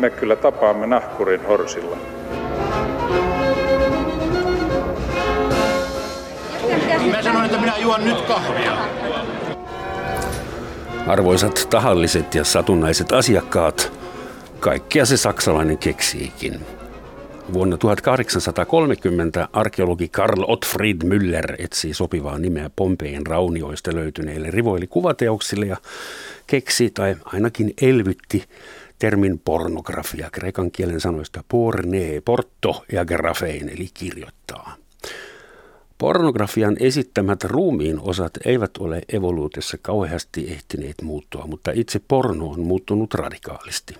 me kyllä tapaamme nahkurin horsilla. Mä sanoin, että minä juon nyt kahvia. Arvoisat tahalliset ja satunnaiset asiakkaat, kaikkea se saksalainen keksiikin. Vuonna 1830 arkeologi Karl Ottfried Müller etsii sopivaa nimeä Pompein raunioista löytyneille rivoilikuvateoksille ja keksi tai ainakin elvytti termin pornografia kreikan kielen sanoista porne, porto ja grafein eli kirjoittaa. Pornografian esittämät ruumiin osat eivät ole evoluutiossa kauheasti ehtineet muuttua, mutta itse porno on muuttunut radikaalisti.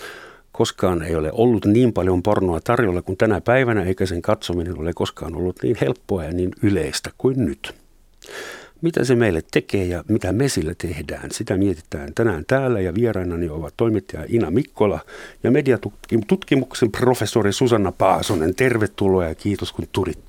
Koskaan ei ole ollut niin paljon pornoa tarjolla kuin tänä päivänä, eikä sen katsominen ole koskaan ollut niin helppoa ja niin yleistä kuin nyt. Mitä se meille tekee ja mitä me sillä tehdään, sitä mietitään tänään täällä ja vierainani ovat toimittaja Ina Mikkola ja mediatutkimuksen professori Susanna Paasonen. Tervetuloa ja kiitos kun tulitte.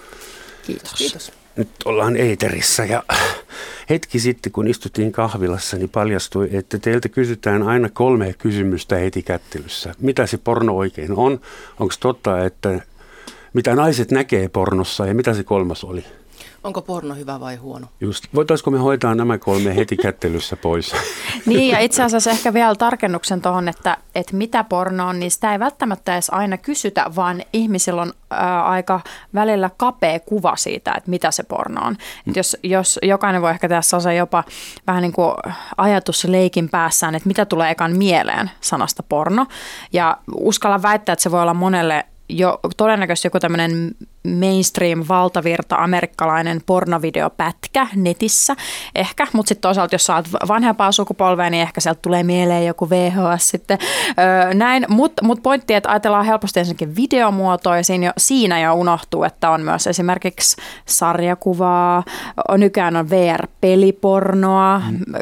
Kiitos. Kiitos. Nyt ollaan eeterissä ja hetki sitten kun istuttiin kahvilassa, niin paljastui, että teiltä kysytään aina 3 kysymystä heti kättelyssä. Mitä se porno oikein on? Onko totta, että mitä naiset näkee pornossa ja mitä se 3 oli? Onko porno hyvä vai huono? Just. Voitaisiko me hoitaa nämä 3 heti kättelyssä pois? Niin ja itse asiassa ehkä vielä tarkennuksen tuohon, että mitä porno on, niin sitä ei välttämättä edes aina kysytä, vaan ihmisillä on aika välillä kapea kuva siitä, että mitä se porno on. Jos jokainen voi ehkä tässä osaa jopa vähän niin kuin ajatusleikin päässään, että mitä tulee ekan mieleen sanasta porno. Ja uskallan väittää, että se voi olla monelle todennäköisesti joku tämmöinen mainstream valtavirta amerikkalainen pornovideopätkä netissä ehkä, mutta sitten toisaalta jos sä oot vanhempaa sukupolvea, niin ehkä sieltä tulee mieleen joku VHS sitten näin, mutta pointti, että ajatellaan helposti ensinnäkin videomuotoa ja siinä jo unohtuu, että on myös esimerkiksi sarjakuvaa, nykyään on VR-pelipornoa,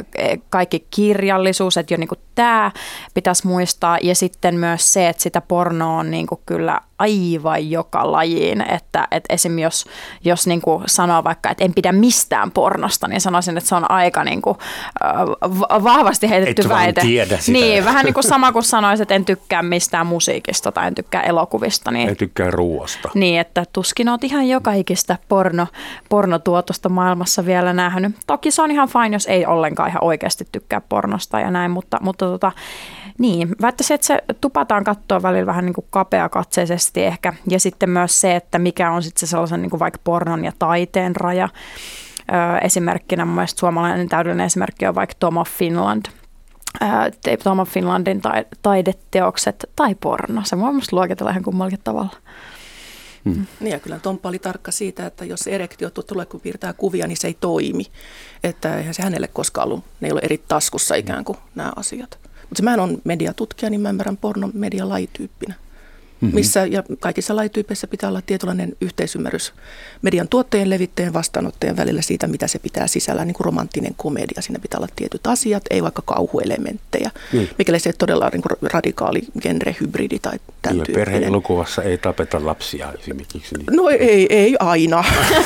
kaikki kirjallisuus, että jo niinku tämä pitäisi muistaa ja sitten myös se, että sitä pornoa on niinku kyllä aivan joka lajiin, että esim. jos niin kuin sanoo vaikka, että en pidä mistään pornosta, niin sanoisin, että se on aika niin kuin, vahvasti heitetty väite. Niin, vähän niin kuin sama kuin sanoisin, että en tykkää mistään musiikista tai en tykkää elokuvista. Niin, ei tykkää ruoasta. Niin, että tuskin olet ihan joka ikistä pornotuotosta maailmassa vielä nähnyt. Toki se on ihan fine, jos ei ollenkaan ihan oikeasti tykkää pornosta ja näin, mutta niin, väittäisin, että se tupataan katsoa välillä vähän niin kuin kapeakatseisesti ehkä. Ja sitten myös se, että mikä on sitten se sellaisen niin kuin vaikka pornon ja taiteen raja. Esimerkkinä mun mielestä suomalainen täydellinen esimerkki on vaikka Tom of Finland. Tom of Finlandin taideteokset tai porno. Se voi musta luokitella ihan kummallakin tavalla. Niin ja kyllä Tomppa oli tarkka siitä, että jos erektio tulee, kun piirtää kuvia, niin se ei toimi. Että eihän se hänelle koskaan ollut, ne ei ole eri taskussa ikään kuin nämä asiat. Mutta mä on mediatutkija, niin mä ymmärrän pornon medialajityyppinä. Missä ja kaikissa lajityypeissä pitää olla tietynlainen yhteisymmärrys median tuottajien, levittäjien, vastaanottajien välillä siitä, mitä se pitää sisällä, niin kuin romanttinen komedia. Siinä pitää olla tietyt asiat, ei vaikka kauhuelementtejä, mikäli se todella on niin kuin radikaali genre-hybridi tai tämän tyyppinen. Perheelokuvassa ei tapeta lapsia esimerkiksi. Niin. No ei aina.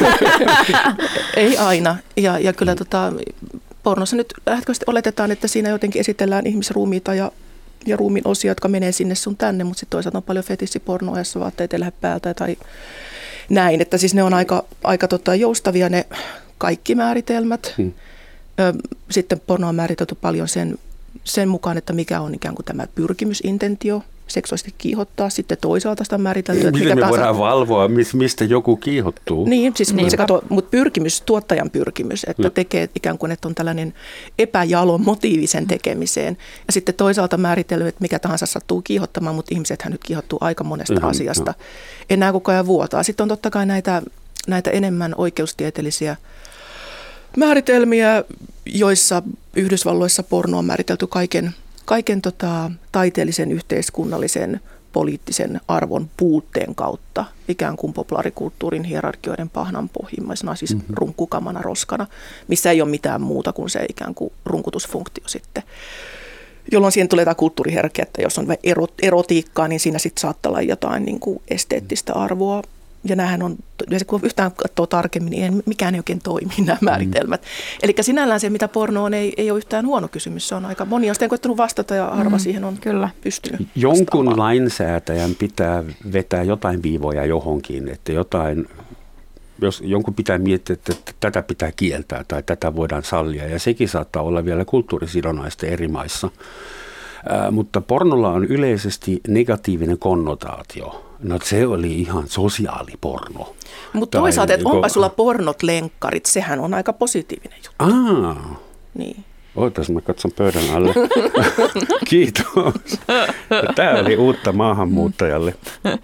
Ei aina. Ja kyllä pornossa nyt lähtökohtaisesti oletetaan, että siinä jotenkin esitellään ihmisruumiita ja ruumiin osia, jotka menee sinne sun tänne, mutta sitten toisaalta on paljon fetissipornoa, jossa vaatteet ei lähde päältä tai näin. Että siis ne on aika joustavia ne kaikki määritelmät. Sitten porno on määritelty paljon sen mukaan, että mikä on ikään kuin tämä pyrkimysintentio, seksuaalisesti kiihottaa. Sitten toisaalta sitä on määritelty, että miten me voidaan valvoa, mistä joku kiihottuu? Niin, siis mutta pyrkimys, tuottajan pyrkimys, että tekee ikään kuin, että on tällainen epäjalo motiivi sen tekemiseen. Ja sitten toisaalta määritellyt, että mikä tahansa sattuu kiihottamaan, mutta ihmisethän nyt kiihottuu aika monesta asiasta. Enää koko ajan vuotaa. Sitten on totta kai näitä enemmän oikeustieteellisiä määritelmiä, joissa Yhdysvalloissa porno on määritelty kaiken taiteellisen, yhteiskunnallisen, poliittisen arvon puutteen kautta, ikään kuin populaarikulttuurin hierarkioiden pahnanpohjimmaisena, siis runkkukamana, roskana, missä ei ole mitään muuta kuin se ikään kuin runkutusfunktio sitten. Jolloin siihen tulee tämä kulttuuriherkkä, että jos on erotiikkaa, niin siinä sitten saattaa olla jotain niin kuin esteettistä arvoa Ja näähän on, kun yhtään katsoo tarkemmin, niin mikään ei oikein toimi nämä määritelmät. Eli sinällään se, mitä porno on, ei ole yhtään huono kysymys. Se on aika, moni on sitten koettanut vastata ja harva siihen on kyllä pystynyt Jonkun vastaamaan. lainsäätäjän pitää vetää jotain viivoja johonkin, että jos jonkun pitää miettiä, että tätä pitää kieltää tai tätä voidaan sallia, ja sekin saattaa olla vielä kulttuurisidonnaista eri maissa. Mutta pornolla on yleisesti negatiivinen konnotaatio. No se oli ihan sosiaaliporno. Mutta toisaalta, että onpa sulla pornot lenkkarit, sehän on aika positiivinen juttu. Niin. Ootas, mä katson pöydän alle. Kiitos. Tämä oli uutta maahanmuuttajalle.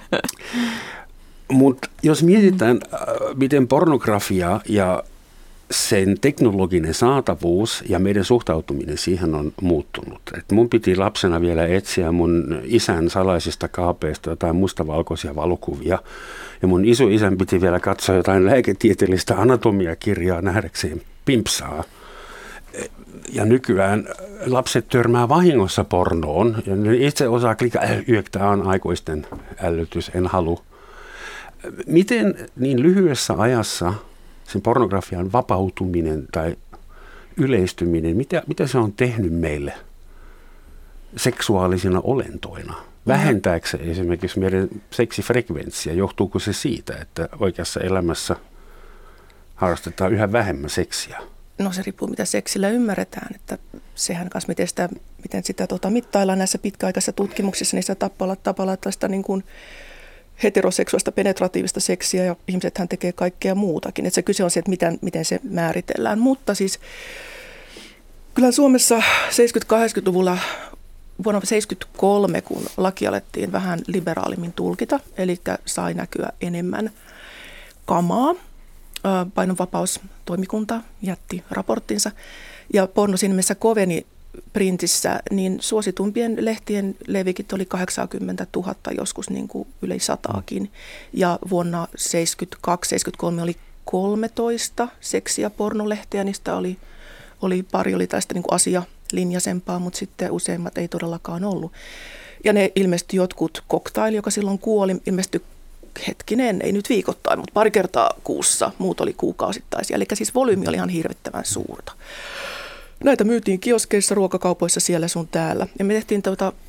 Mutta jos mietitään, miten pornografia ja sen teknologinen saatavuus ja meidän suhtautuminen siihen on muuttunut. Et mun piti lapsena vielä etsiä mun isän salaisista kaapeista jotain mustavalkoisia valokuvia. Ja mun isoisän piti vielä katsoa jotain lääketieteellistä anatomiakirjaa nähdäkseen pimpsaa. Ja nykyään lapset törmää vahingossa pornoon. Ja ne itse osaa klikata, tämä on aikuisten älytys, en halua. Miten niin lyhyessä ajassa sen pornografian vapautuminen tai yleistyminen, mitä se on tehnyt meille seksuaalisina olentoina? Vähentääkö se esimerkiksi meidän seksifrekvenssiä? Johtuuko se siitä, että oikeassa elämässä harrastetaan yhä vähemmän seksiä? No se riippuu, mitä seksillä ymmärretään. Että sehän kanssa, miten sitä mittaillaan näissä pitkäaikaisissa tutkimuksissa, niin se tapaa tällaista niin kuin heteroseksuaalista penetratiivista seksiä, ja ihmisethän tekee kaikkea muutakin. Että se kyse on se, että miten se määritellään. Mutta siis kyllä Suomessa 70-80-luvulla vuonna 1973, kun laki alettiin vähän liberaalimmin tulkita, eli sai näkyä enemmän kamaa, painonvapaustoimikunta jätti raporttinsa, ja porno siinä mielessä koveni printissä, niin suosituimpien lehtien levikit oli 80 000, joskus niin kuin yli 100kin. Ja vuonna 1972-1973 oli 13 seksi- ja pornolehteä, niistä oli pari tästä niin kuin asialinjaisempaa, mutta sitten useimmat ei todellakaan ollut. Ja ne ilmestyi jotkut Cocktail, joka silloin kuoli, ilmestyi ei nyt viikoittain, mutta pari kertaa kuussa, muut oli kuukausittaisia. Eli siis volyymi oli ihan hirvittävän suurta. Näitä myytiin kioskeissa, ruokakaupoissa siellä sun täällä. Ja me tehtiin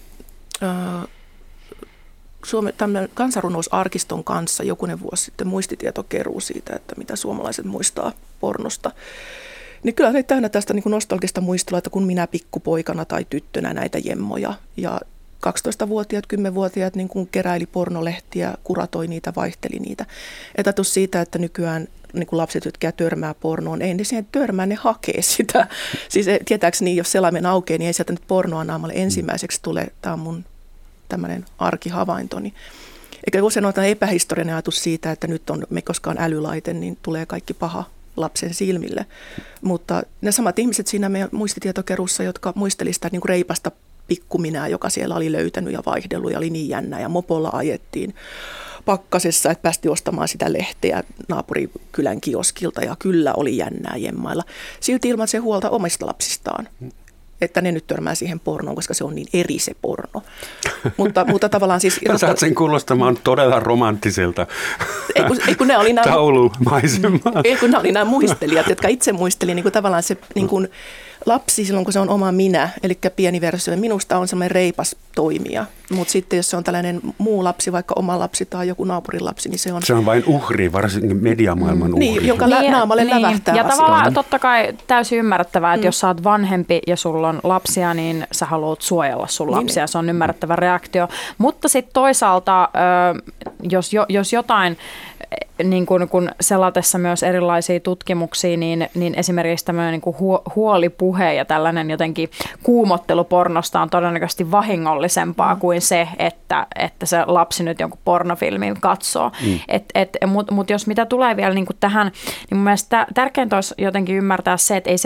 Suomen kansanrunousarkiston kanssa jokunen vuosi sitten muistitietokeruu siitä, että mitä suomalaiset muistaa pornosta. Niin kyllä ne täynnä tästä niin kuin nostalgista muistelua, että kun minä pikkupoikana tai tyttönä näitä jemmoja. Ja 12-vuotiaat, 10-vuotiaat niin kuin keräili pornolehtiä, kuratoi niitä, vaihteli niitä. Etatus siitä, että nykyään niin kuin lapset, jotka törmää pornoon, ei ne siihen törmää, ne hakee sitä. Siis tietääkseni, jos selaimen aukeaa, niin ei sieltä nyt pornoa naamalle ensimmäiseksi tule. Tämä on mun tämmöinen arkihavaintoni. Eikä usein ole epähistoriallinen ajatus siitä, että nyt on me koskaan älylaite, niin tulee kaikki paha lapsen silmille. Mutta ne samat ihmiset siinä meidän muistitietokeruussa, jotka muisteli sitä niin kuin reipasta pikkuminää, joka siellä oli löytänyt ja vaihdellut ja oli niin jännä, ja mopolla ajettiin pakkasessa, että päästi ostamaan sitä lehteä naapurikylän kioskilta, ja kyllä oli jännää jemmailla. Silti ilman se huolta omista lapsistaan, että ne nyt törmää siihen pornoon, koska se on niin eri se porno. Mutta tavallaan siis... Saat sen kuulostamaan todella romanttiselta kun ne oli taulumaisemaa. Ei, kun ne oli nämä muistelijat, jotka itse muisteli niin kuin tavallaan se... Niin kuin, lapsi silloin, kun se on oma minä, eli pieni versio, minusta on semmoinen reipas toimija. Mutta sitten jos se on tällainen muu lapsi, vaikka oma lapsi tai joku naapurin lapsi, niin se on... Se on vain uhri, varsinkin mediamaailman uhri. Niin, jonka naamalle lävähtää ja asioita. tavallaan totta kai täysin ymmärrettävää, että jos sä oot vanhempi ja sulla on lapsia, niin sä haluat suojella sun lapsia. Se on ymmärrettävä reaktio. Mutta sitten toisaalta, jos jotain... Niin kun selatessa myös erilaisia tutkimuksia, niin esimerkiksi tämmöinen niin huolipuhe ja tällainen jotenkin kuumottelu pornosta on todennäköisesti vahingollisempaa kuin se, että se lapsi nyt jonkun pornofilmin katsoo. Mutta jos mitä tulee vielä niin tähän, niin mun mielestä tärkeintä olisi jotenkin ymmärtää se, että ei se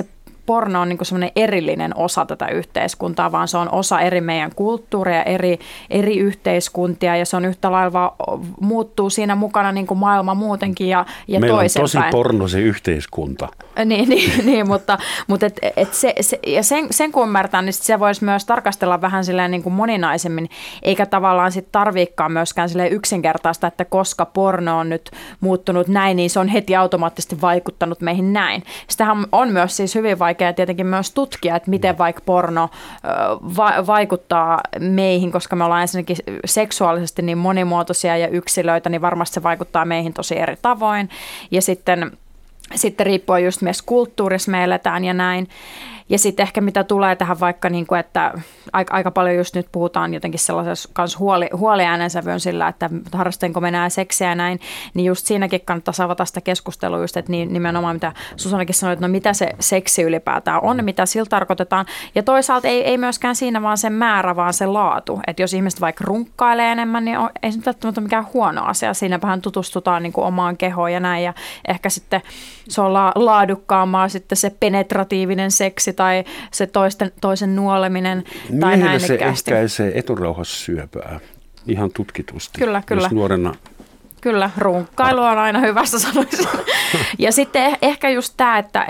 porno on niin kuin semmoinen erillinen osa tätä yhteiskuntaa, vaan se on osa eri meidän kulttuuria, eri yhteiskuntia, ja se on yhtä lailla muuttuu siinä mukana niin kuin maailma muutenkin ja meillä toisinpäin. On tosi porno se yhteiskunta. Niin, mutta sen kun ymmärtää, niin se voisi myös tarkastella vähän silleen niin kuin moninaisemmin, eikä tavallaan sit tarviikaan myöskään silleen yksinkertaista, että koska porno on nyt muuttunut näin, niin se on heti automaattisesti vaikuttanut meihin näin. Sitähän on myös siis hyvin vaikea tietenkin myös tutkia, että miten vaikka porno vaikuttaa meihin, koska me ollaan ensinnäkin seksuaalisesti niin monimuotoisia ja yksilöitä, niin varmasti se vaikuttaa meihin tosi eri tavoin. Ja sitten riippuen just myös kulttuurissa me eletään ja näin. Ja sitten ehkä mitä tulee tähän vaikka, niin kuin, että aika paljon just nyt puhutaan jotenkin sellaisessa kanssa huoliäänensävyyn sillä, että harrastanko me enää seksiä ja näin, niin just siinäkin kannattaisi avata sitä keskustelua just, että nimenomaan mitä Susannakin sanoi, että no mitä se seksi ylipäätään on, mitä sillä tarkoitetaan. Ja toisaalta ei myöskään siinä vaan se määrä, vaan se laatu. Että jos ihmiset vaikka runkkailee enemmän, niin ei se välttämättä mikään huono asia. Siinäpähän tutustutaan niin kuin omaan kehoon ja näin, ja ehkä sitten se on laadukkaampaa sitten se penetratiivinen seksi tai se toisen nuoleminen tai näin. Se ehkäisee eturauhassyöpää ihan tutkitusti. Kyllä. Jos nuorena... Kyllä, runkkailu on aina hyvässä, sanoisin. Ja sitten ehkä just tämä, että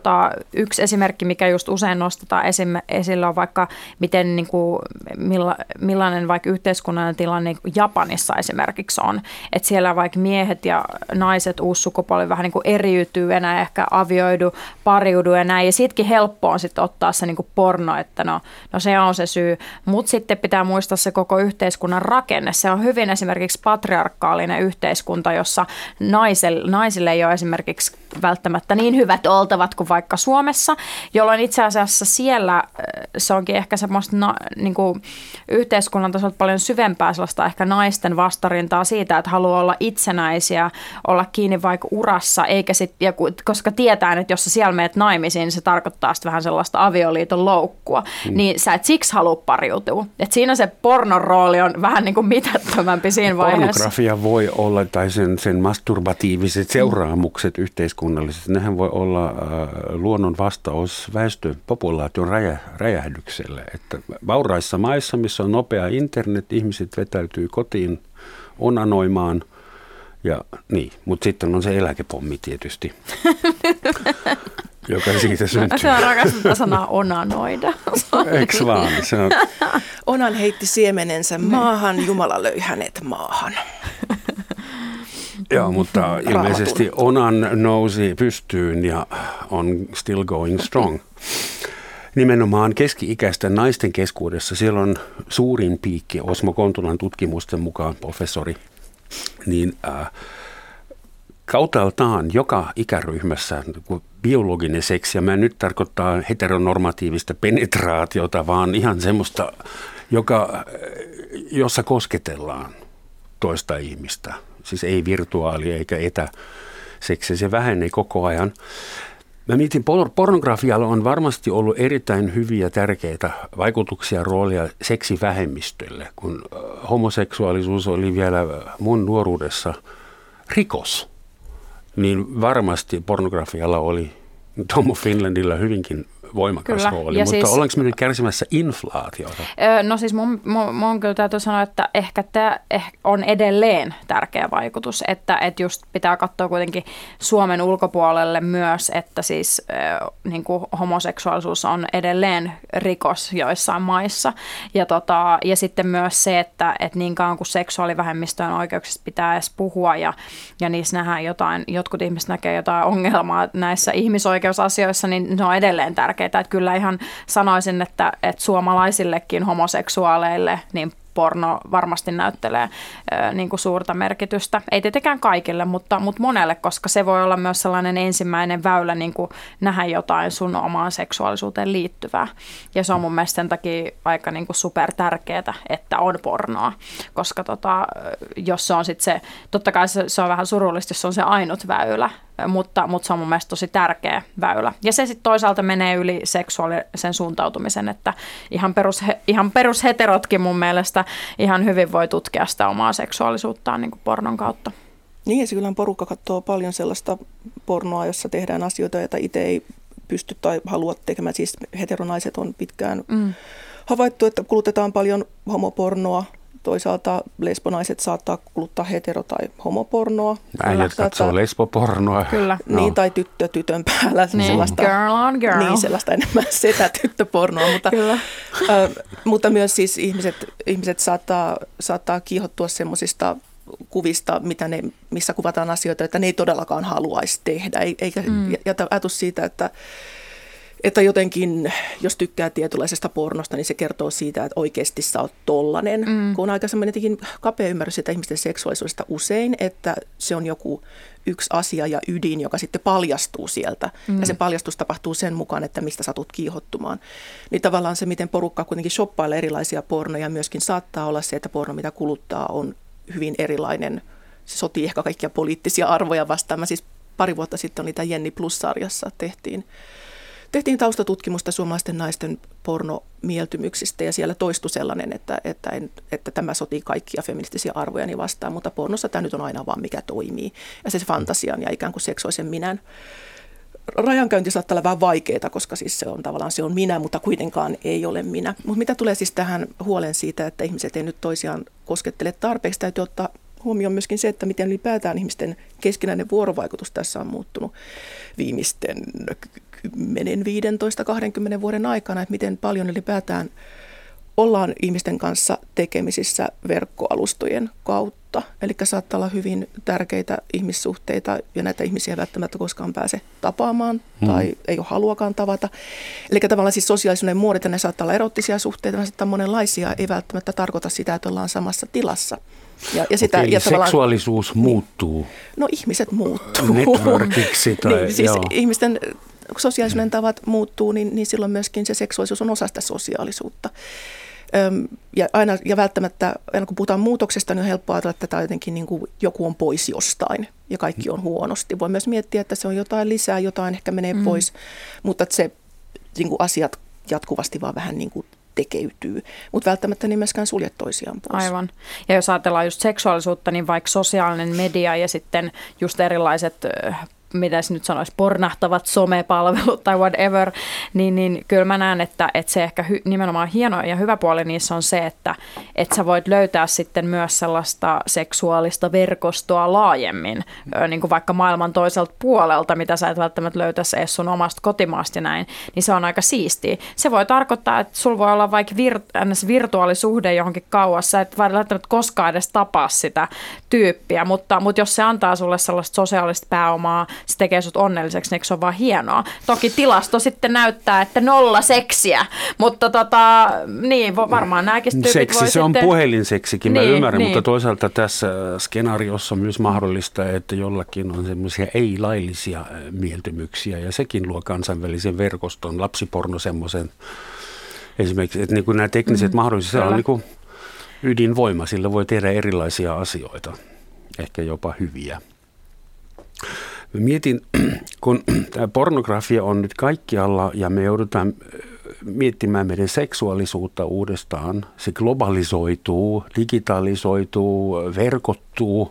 yksi esimerkki, mikä just usein nostetaan esille on vaikka miten, niin kuin, millainen vaikka yhteiskunnallinen tilanne Japanissa esimerkiksi on. Että siellä vaikka miehet ja naiset, uusi sukupolvi vähän niin kuin eriytyy enää, ehkä avioidu, pariudu ja näin. Ja siitäkin helppo on sitten ottaa se niin kuin porno, että no se on se syy. Mutta sitten pitää muistaa se koko yhteiskunnan rakenne. Se on hyvin esimerkiksi patriarkaalinen yhteiskunta, jossa naisille ei ole esimerkiksi välttämättä niin hyvät oltavat kuin vaikka Suomessa, jolloin itse asiassa siellä se onkin ehkä semmoista niin kuin yhteiskunnan tasolta paljon syvempää sellaista ehkä naisten vastarintaa siitä, että haluaa olla itsenäisiä, olla kiinni vaikka urassa, eikä koska tietää, että jos sä siellä menet naimisiin, niin se tarkoittaa sitten vähän sellaista avioliiton loukkua, niin sä et siksi halua pariutua. Et siinä se pornon rooli on vähän niin kuin mitättömämpi siinä vaiheessa. Pornografia voi olla, tai sen masturbatiiviset seuraamukset yhteiskunnalliset, nehän voi olla luonnon vastaus väestöpopulaation räjähdykselle. Että vauraissa maissa, missä on nopea internet, ihmiset vetäytyy kotiin onanoimaan. Ja niin, mutta sitten on se eläkepommi tietysti, joka siitä syntyy. Se on rakastettu sanaa onanoida. Eikö vaan? Onan heitti siemenensä maahan, Jumala löi hänet maahan. Joo, mutta ilmeisesti Onan nousi pystyyn ja on still going strong. Nimenomaan keski-ikäisten naisten keskuudessa siellä on suurin piikki, Osmo Kontulan tutkimusten mukaan professori, niin kautaltaan joka ikäryhmässä biologinen seksi, ja mä nyt tarkoittaa heteronormatiivista penetraatiota, vaan ihan semmoista, jossa kosketellaan toista ihmistä. Siis ei virtuaali eikä etäseksi, se vähenee koko ajan. Mä mietin, pornografialla on varmasti ollut erittäin hyviä tärkeitä vaikutuksia roolia seksivähemmistölle, kun homoseksuaalisuus oli vielä mun nuoruudessa rikos, niin varmasti pornografialla oli Tom of Finlandilla hyvinkin voimakas rooli, mutta siis, ollaanko me nyt kärsimässä inflaatiota? No siis mun kyllä täytyy sanoa, että ehkä tämä on edelleen tärkeä vaikutus, että just pitää katsoa kuitenkin Suomen ulkopuolelle myös, että siis niin kuin homoseksuaalisuus on edelleen rikos joissain maissa. Ja sitten myös se, että niin kauan kuin seksuaalivähemmistöjen oikeuksista pitää edes puhua ja niissä nähdään jotkut ihmiset näkee jotain ongelmaa näissä ihmisoikeusasioissa, niin ne on edelleen tärkeää. Että kyllä ihan sanoisin, että suomalaisillekin homoseksuaaleille niin porno varmasti näyttelee niin kuin suurta merkitystä. Ei tietenkään kaikille, mutta monelle, koska se voi olla myös sellainen ensimmäinen väylä niin kuin nähdä jotain sun omaan seksuaalisuuteen liittyvää. Ja se on mun mielestä sen takia aika niin kuin super tärkeää, että on pornoa, koska jos se on sitten se, totta kai se on vähän surullista, jos se on se ainut väylä, mutta se on mun mielestä tosi tärkeä väylä. Ja se sitten toisaalta menee yli seksuaalisen suuntautumisen, että ihan perusheterotkin mun mielestä ihan hyvin voi tutkia sitä omaa seksuaalisuuttaan niin kuin pornon kautta. Niin, ja se kyllähän porukka katsoo paljon sellaista pornoa, jossa tehdään asioita, joita itse ei pysty tai halua tekemään. Siis heteronaiset on pitkään havaittu, että kulutetaan paljon homopornoa. Toisaalta lesbonaiset saattaa kuluttaa hetero- tai homopornoa. Äijät katsoo lesbopornoa. Kyllä. Niin, tai tyttö tytön päällä. Niin, sellaista, girl on girl. Niin, sellaista enemmän setä-tyttöpornoa. Mutta myös siis ihmiset saattaa kiihottua semmoisista kuvista, missä kuvataan asioita, että ne ei todellakaan haluaisi tehdä. Eikä jätä ajatus siitä, että jotenkin, jos tykkää tietynlaisesta pornosta, niin se kertoo siitä, että oikeasti sä oot tollanen. Kun on aika semmoinen kapea ymmärrys sitä ihmisten seksuaalisuudesta usein, että se on joku yksi asia ja ydin, joka sitten paljastuu sieltä. Ja se paljastus tapahtuu sen mukaan, että mistä satut kiihottumaan. Niin tavallaan se, miten porukka kuitenkin shoppailee erilaisia pornoja, myöskin saattaa olla se, että porno, mitä kuluttaa, on hyvin erilainen. Se sotii ehkä kaikkia poliittisia arvoja vastaan. Mä siis pari vuotta sitten oli tämä Jenni Plus-sarjassa tehtiin taustatutkimusta suomalaisten naisten pornomieltymyksistä ja siellä toistui sellainen, että tämä sotii kaikkia feministisiä arvojani vastaan, mutta pornossa tämä nyt on aina vaan mikä toimii. Ja se fantasian ja ikään kuin seksuaalisen minän rajankäynti saattaa olla vähän vaikeaa, koska siis se on minä, mutta kuitenkaan ei ole minä. Mutta mitä tulee siis tähän huolen siitä, että ihmiset ei nyt toisiaan koskettele tarpeeksi, täytyy ottaa huomioon myöskin se, että miten ylipäätään ihmisten keskinäinen vuorovaikutus tässä on muuttunut viimeisten 10, 15, 20 vuoden aikana, että miten paljon ylipäätään ollaan ihmisten kanssa tekemisissä verkkoalustojen kautta. Eli saattaa olla hyvin tärkeitä ihmissuhteita ja näitä ihmisiä ei välttämättä koskaan pääse tapaamaan tai ei ole haluakaan tavata. Eli tavallaan siis sosiaalisuuden muodot, ja ne saattaa olla erottisia suhteita, ne saattaa olla monenlaisia, ei välttämättä tarkoita sitä, että ollaan samassa tilassa. Ja sitä, ja seksuaalisuus muuttuu. No ihmiset muuttuu. Networkiksi tai niin, siis ihmisten sosiaalisuuden tavat muuttuu, niin silloin myöskin se seksuaalisuus on osa sitä sosiaalisuutta. Ja välttämättä, aina kun puhutaan muutoksesta, niin on helppo ajatella, että tämä jotenkin niin kuin joku on pois jostain ja kaikki on huonosti. Voi myös miettiä, että se on jotain lisää, jotain ehkä menee pois, mutta että se niin kuin asiat jatkuvasti vaan vähän niin kuin tekeytyy, mutta välttämättä niin myöskään sulje toisiaan pois. Aivan. Ja jos ajatellaan just seksuaalisuutta, niin vaikka sosiaalinen media ja sitten just erilaiset mitä se nyt sanoisi, pornahtavat somepalvelut tai whatever, niin kyllä mä näen, että se ehkä nimenomaan hieno ja hyvä puoli niissä on se, että sä voit löytää sitten myös sellaista seksuaalista verkostoa laajemmin, niin kuin vaikka maailman toiselta puolelta, mitä sä et välttämättä löytäisi edes sun omasta kotimaasta ja näin, niin se on aika siistiä. Se voi tarkoittaa, että sulla voi olla vaikka virtuaalisuhde johonkin kauas, sä et välttämättä koskaan edes tapaa sitä tyyppiä, mutta jos se antaa sulle sellaista sosiaalista pääomaa, se tekee sut onnelliseksi, niin se on vaan hienoa. Toki tilasto sitten näyttää, että 0 seksiä, mutta niin, varmaan nämäkin tyypit seksi, voi se on sitten puhelinseksikin, mä ymmärrän, niin. Mutta toisaalta tässä skenaariossa on myös mahdollista, että jollakin on semmoisia ei-laillisia mieltymyksiä ja sekin luo kansainvälisen verkoston, lapsiporno semmoisen esimerkiksi, että niin kuin nämä tekniset mahdollisuudet, se on niin kuin ydinvoima, sillä voi tehdä erilaisia asioita, ehkä jopa hyviä. Mä mietin, kun tämä pornografia on nyt kaikkialla ja me joudutaan miettimään meidän seksuaalisuutta uudestaan. Se globalisoituu, digitalisoituu, verkottuu.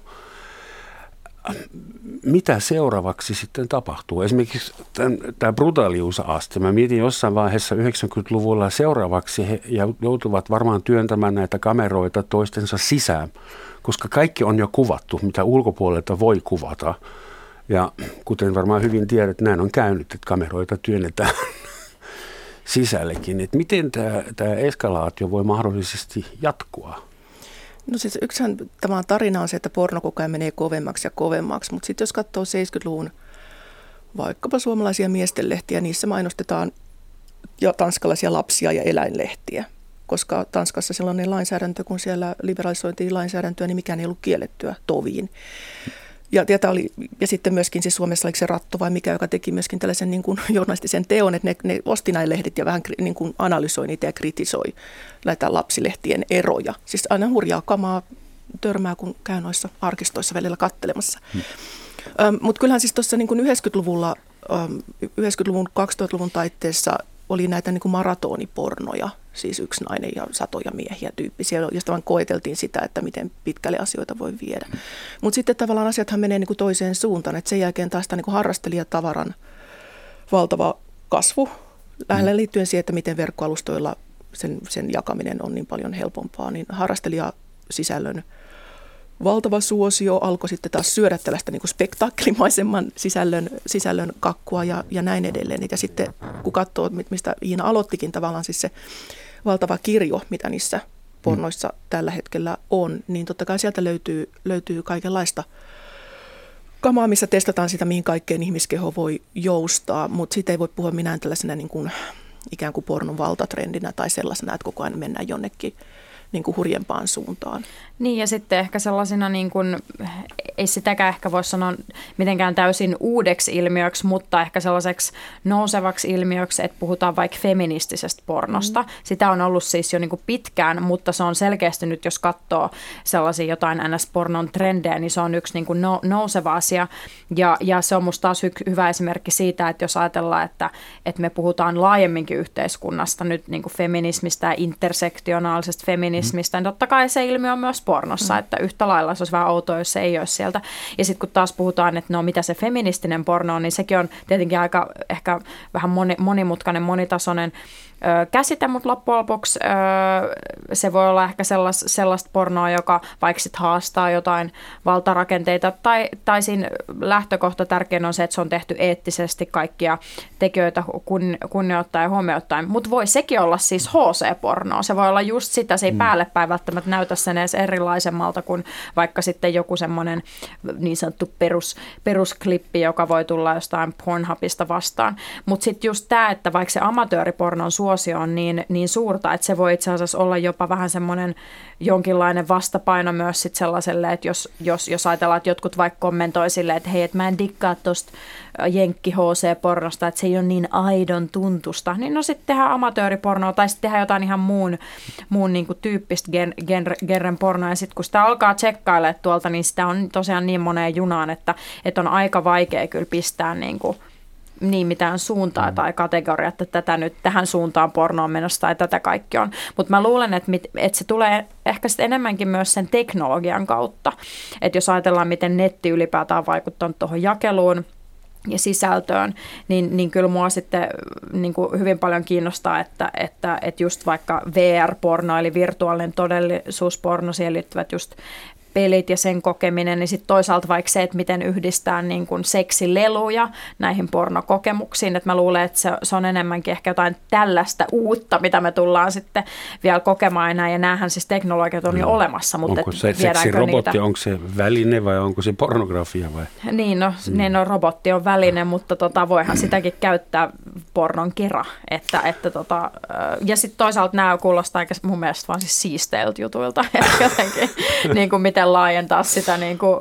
Mitä seuraavaksi sitten tapahtuu? Esimerkiksi tämä brutaaliusaste. Mä mietin jossain vaiheessa 90-luvulla seuraavaksi he joutuvat varmaan työntämään näitä kameroita toistensa sisään, koska kaikki on jo kuvattu, mitä ulkopuolelta voi kuvata. Ja kuten varmaan hyvin tiedät, näin on käynyt, että kameroita työnnetään sisällekin. Että miten tämä eskalaatio voi mahdollisesti jatkua? No siis yksihän tämä tarina on se, että porno koko ajan menee kovemmaksi ja kovemmaksi, mutta sitten jos katsoo 70-luvun vaikkapa suomalaisia miestenlehtiä, niissä mainostetaan ja tanskalaisia lapsia ja eläinlehtiä, koska Tanskassa sellainen lainsäädäntö, kun siellä liberalisoitiin lainsäädäntöä, niin mikään ei ollut kiellettyä toviin. Ja sitten myöskin siis Suomessa oliko se Ratto vai mikä, joka teki myöskin tällaisen niin kuin journalistisen teon, että ne osti näin lehdit ja vähän niin kuin analysoi niitä ja kritisoi näitä lapsilehtien eroja. Siis aina hurjaa kamaa törmää, kun käy noissa arkistoissa välillä kattelemassa. Mutta kyllähän siis tuossa niin kuin 90-luvun 2000-luvun taitteessa oli näitä niin kuin maratonipornoja, siis yksi nainen ja satoja miehiä tyyppisiä, josta vaan koeteltiin sitä, että miten pitkälle asioita voi viedä. Mutta sitten tavallaan asiathan menee niin kuin toiseen suuntaan, että sen jälkeen taas tämä niin kuin harrastelijatavaran valtava kasvu lähellä liittyen siihen, että miten verkkoalustoilla sen jakaminen on niin paljon helpompaa, niin harrastelijasisällön valtava suosio alkoi sitten taas syödä tällaista niin kuin spektaakelimaisemman sisällön kakkua ja näin edelleen. Ja sitten kun katsoo, mistä Iina aloittikin tavallaan siis se valtava kirjo, mitä niissä pornoissa tällä hetkellä on, niin totta kai sieltä löytyy kaikenlaista kamaa, missä testataan sitä, mihin kaikkeen ihmiskeho voi joustaa, mutta siitä ei voi puhua minään tällaisena niin kuin, ikään kuin pornon valtatrendinä tai sellaisena, että koko ajan mennään jonnekin niin kuin hurjempaan suuntaan. Niin ja sitten ehkä sellaisina, niin kuin, ei sitäkään ehkä voi sanoa mitenkään täysin uudeksi ilmiöksi, mutta ehkä sellaiseksi nousevaksi ilmiöksi, että puhutaan vaikka feministisestä pornosta. Sitä on ollut siis jo niin kuin pitkään, mutta se on selkeästi nyt, jos katsoo sellaisia jotain NS-pornon trendejä, niin se on yksi niin kuin nouseva asia. Ja se on musta taas hyvä esimerkki siitä, että jos ajatellaan, että me puhutaan laajemminkin yhteiskunnasta nyt niin kuin feminismistä ja intersektionaalisesta feminismistä, niin totta kai se ilmiö on myös pornossa, että yhtä lailla se olisi vähän outoa, jos se ei ole sieltä. Ja sitten kun taas puhutaan, että no mitä se feministinen porno on, niin sekin on tietenkin aika ehkä vähän monimutkainen, monitasoinen käsite, mutta loppujen lopuksi se voi olla ehkä sellaista pornoa, joka vaikka sit haastaa jotain valtarakenteita, tai siinä lähtökohta tärkein on se, että se on tehty eettisesti kaikkia tekijöitä kunnioittaa ja huomioittain, mutta voi sekin olla siis HC-pornoa, se voi olla just sitä, se ei päälle päin välttämättä näytä sen edes erilaisemmalta kuin vaikka sitten joku semmoinen niin sanottu perusklippi, joka voi tulla jostain Pornhubista vastaan, mutta sitten just tämä, että vaikka se amatööripornon suosio on niin suurta, että se voi itse asiassa olla jopa vähän semmoinen jonkinlainen vastapaino myös sit sellaiselle, että jos ajatellaan, että jotkut vaikka kommentoi silleen, että hei, että mä en dikkaa tuosta jenkki HC-pornosta, että se ei ole niin aidon tuntusta, niin no sitten tehdään amatööripornoa tai sitten tehdään jotain ihan muun niin kuin tyyppistä genren pornoa ja sitten kun sitä alkaa tsekkailemaan tuolta, niin sitä on tosiaan niin moneen junaan, että on aika vaikea kyllä pistää niin mitään suuntaa tai kategoria, että tätä nyt tähän suuntaan porno on menossa tai tätä kaikki on. Mutta mä luulen, että se tulee ehkä sitten enemmänkin myös sen teknologian kautta. Että jos ajatellaan, miten netti ylipäätään on vaikuttanut tuohon jakeluun ja sisältöön, niin kyllä mua sitten niin kuin hyvin paljon kiinnostaa, että just vaikka VR-porno eli virtuaalinen todellisuusporno, siihen liittyvät just pelit ja sen kokeminen, niin sitten toisaalta vaikka se, että miten yhdistää niin kuin seksileluja näihin pornokokemuksiin, että mä luulen, että se on enemmänkin ehkä jotain tällaista uutta, mitä me tullaan sitten vielä kokemaan ja näähän siis teknologiat on jo olemassa. Mutta onko se seksirobotti, onko se väline vai onko se pornografia vai? Niin, robotti on väline, mutta voihan sitäkin käyttää pornon kera, ja sitten toisaalta nämä kuulostaa aika mun mielestä vaan siis siisteiltä jutuilta, jotenkin niin kuin miten laajentaa sitä niin kuin,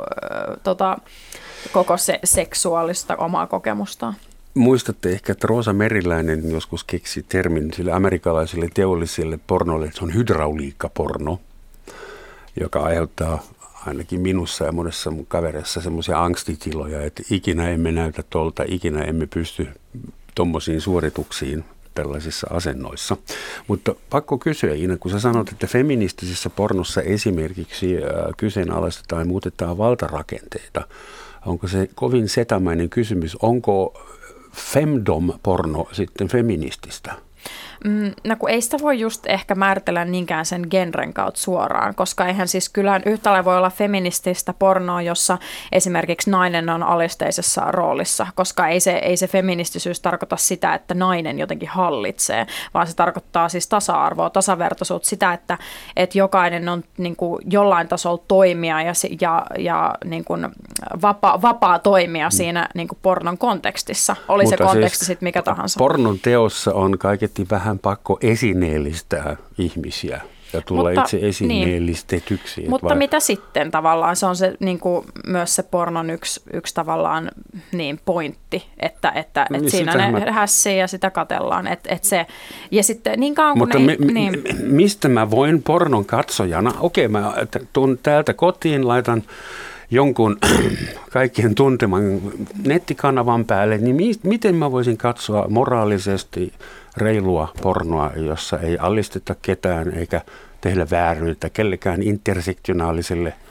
koko seksuaalista omaa kokemustaan. Muistatte ehkä, että Roosa Meriläinen joskus keksi termin sille amerikkalaiselle teolliselle pornolle, että se on hydrauliikkaporno, joka aiheuttaa ainakin minussa ja monessa mun kaverissa semmoisia angstitiloja, että ikinä emme näytä tuolta, ikinä emme pysty tuommoisiin suorituksiin tällaisissa asennoissa. Mutta pakko kysyä, Iina, kun sä sanot, että feministisessä pornossa esimerkiksi kyseenalaistetaan ja muutetaan valtarakenteita, onko se kovin setämäinen kysymys? Onko femdom-porno sitten feminististä? No kun ei sitä voi just ehkä määritellä niinkään sen genren kautta suoraan, koska eihän siis kyllähän yhtä lailla voi olla feminististä pornoa, jossa esimerkiksi nainen on alisteisessa roolissa, koska ei se feministisyys tarkoita sitä, että nainen jotenkin hallitsee, vaan se tarkoittaa siis tasa-arvoa, tasavertaisuutta, sitä, että jokainen on niin kuin jollain tasolla toimia ja niin kuin vapaa toimia siinä niin kuin pornon kontekstissa, oli mutta se konteksti siis sitten mikä tahansa. Pornon teossa on kaiketi vähän pakko esineellistää ihmisiä ja tulla itse esineellistetyksi. Niin. Mutta mitä sitten tavallaan? Se on se, niin kuin myös se pornon yksi tavallaan niin pointti, että niin siinä ne hässii ja sitä katsellaan. Ja sitten niin kauan mutta mistä mä voin pornon katsojana? Okei, mä tuun täältä kotiin, laitan jonkun kaikkien tunteman nettikanavan päälle, niin miten mä voisin katsoa moraalisesti reilua pornoa, jossa ei alisteta ketään eikä tehdä vääryyttä kellekään intersektionaaliselle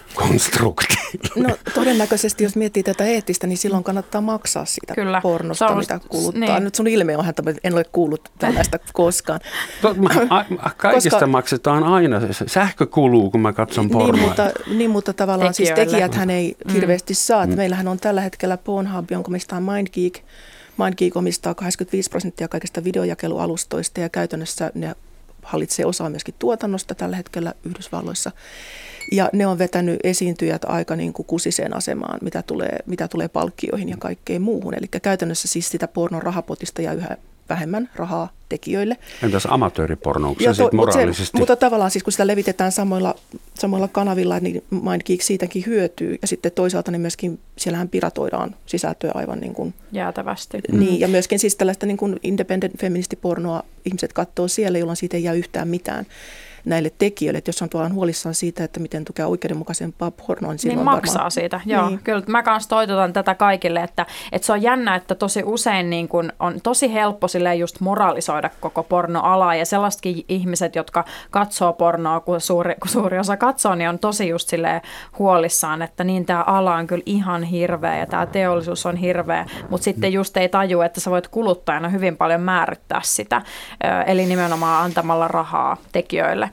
konstruktilla. No todennäköisesti, jos miettii tätä eettistä, niin silloin kannattaa maksaa siitä Kyllä. pornosta, mitä kuluttaa. Niin. Nyt sun ilme onhan, en ole kuullut tällaista koskaan. Kaikista maksetaan aina. Sähkö kuluu, kun mä katson pornoa. Niin, mutta tavallaan siis tekijäthän ei hirveästi saa. Meillähän on tällä hetkellä Pornhub, jonka omistaa MindGeek. MindGeek omistaa 85% kaikista videojakelualustoista ja käytännössä ne hallitsee osaa myöskin tuotannosta tällä hetkellä Yhdysvalloissa. Ja ne on vetänyt esiintyjät aika niin kuin kusiseen asemaan, mitä tulee palkkioihin ja kaikkeen muuhun. Eli käytännössä siis sitä pornon rahapotista ja yhä vähemmän rahaa tekijöille. Entäs amatööriporno, onko se sitten moraalisesti? Mutta tavallaan siis kun sitä levitetään samoilla kanavilla, niin MindGeek siitäkin hyötyy. Ja sitten toisaalta niin myöskin siellähän piratoidaan sisältöä aivan niin kuin jäätävästi. Niin, ja myöskin siis tällaista niin kuin independent feministipornoa ihmiset katsoo siellä, jolloin siitä ei jää yhtään mitään näille tekijöille. Että jos on tuolla huolissaan siitä, että miten tukea oikeudenmukaisempaa pornoa, niin silloin niin maksaa siitä, joo. Niin. Kyllä mä kanssa toitotan tätä kaikille, että se on jännä, että tosi usein niin kun on tosi helppo silleen just moralisoida koko pornoalaa. Ja sellaisetkin ihmiset, jotka katsoo pornoa, kun suuri osa katsoo, niin on tosi just silleen huolissaan, että niin tämä ala on kyllä ihan hirveä ja tämä teollisuus on hirveä. Mutta sitten just ei taju, että sä voit kuluttajana hyvin paljon määrittää sitä, eli nimenomaan antamalla rahaa tekijöille.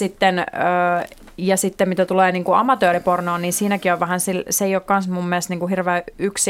Ja sitten mitä tulee niin kuin amatööripornoon, niin siinäkin on vähän, se ei ole myös mun mielestä niin kuin hirveän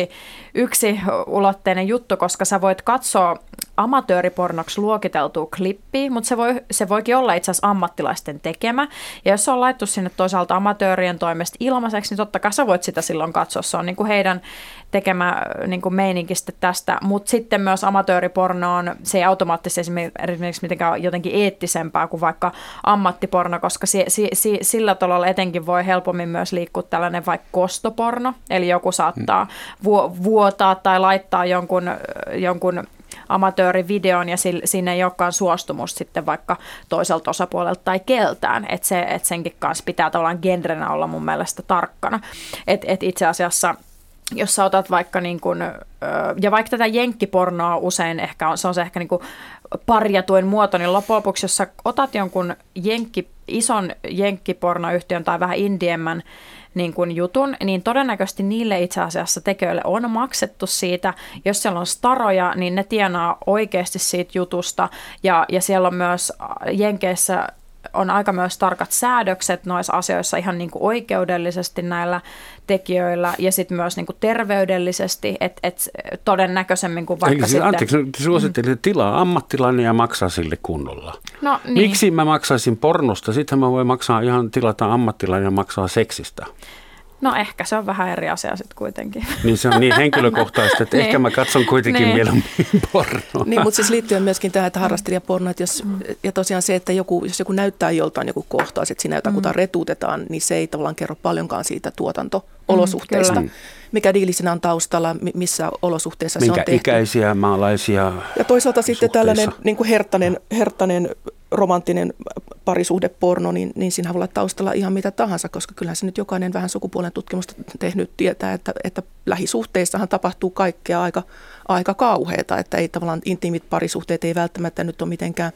yksiulotteinen juttu, koska sä voit katsoa amatööripornoksi luokiteltua klippiä, mutta se voikin olla itse asiassa ammattilaisten tekemä. Ja jos se on laittu sinne toisaalta amatöörien toimesta ilmaiseksi, niin totta kai sä voit sitä silloin katsoa. Se on niin kuin heidän tekemä niin kuin meininki tästä. Mutta sitten myös amatööripornoon, se ei automaattisesti esimerkiksi mitenkään jotenkin eettisempää kuin vaikka ammattiporno, koska sillä tavalla etenkin voi helpommin myös liikkua tällainen vaikka kostoporno. Eli joku saattaa vuotaa tai laittaa jonkun amatöörivideon ja siinä ei olekaan suostumus sitten vaikka toiselta osapuolelta tai keltään. Että senkin kanssa pitää tavallaan genrenä olla mun mielestä tarkkana. Et itse asiassa jos sä otat vaikka niin kun, ja vaikka tätä jenkkipornoa usein ehkä on, se on se ehkä niin kuin parjatuin muoto, niin loppujen lopuksi, jos sä otat jonkun ison jenkkipornoyhtiön tai vähän indiemmän niin kuin jutun, niin todennäköisesti niille itse asiassa tekijöille on maksettu siitä. Jos siellä on staroja, niin ne tienaa oikeasti siitä jutusta ja siellä on myös Jenkeissä on aika myös tarkat säädökset noissa asioissa ihan niin kuin oikeudellisesti näillä tekijöillä ja sitten myös niin kuin terveydellisesti, että todennäköisemmin kuin vaikka sitten. Anteeksi, suosittelin, että tilaa ammattilainen ja maksaa sille kunnolla. No, niin. Miksi mä maksaisin pornosta? Sittenhän mä voin tilata ammattilainen ja maksaa seksistä. No ehkä se on vähän eri asia sitten kuitenkin. Niin se on niin henkilökohtaista, että ehkä mä katson kuitenkin mieluummin pornoa. Niin, mutta siis liittyen myöskin tähän, että harrastelijaporno, että ja tosiaan se, että jos joku näyttää joltain joku kohtaus, että siinä jotakuta retuutetaan, niin se ei tavallaan kerro paljonkaan siitä tuotanto-olosuhteista. Mikä diili siinä on taustalla, missä olosuhteissa se on tehty. Minkä ikäisiä maalaisia ja toisaalta sitten tällainen niin kuin herttainen romanttinen parisuhdeporno, niin siinä voi olla taustalla ihan mitä tahansa, koska kyllähän se nyt jokainen vähän sukupuolen tutkimusta tehnyt tietää, että lähisuhteissahan tapahtuu kaikkea aika kauheata, että ei tavallaan intiimit parisuhteet ei välttämättä nyt ole mitenkään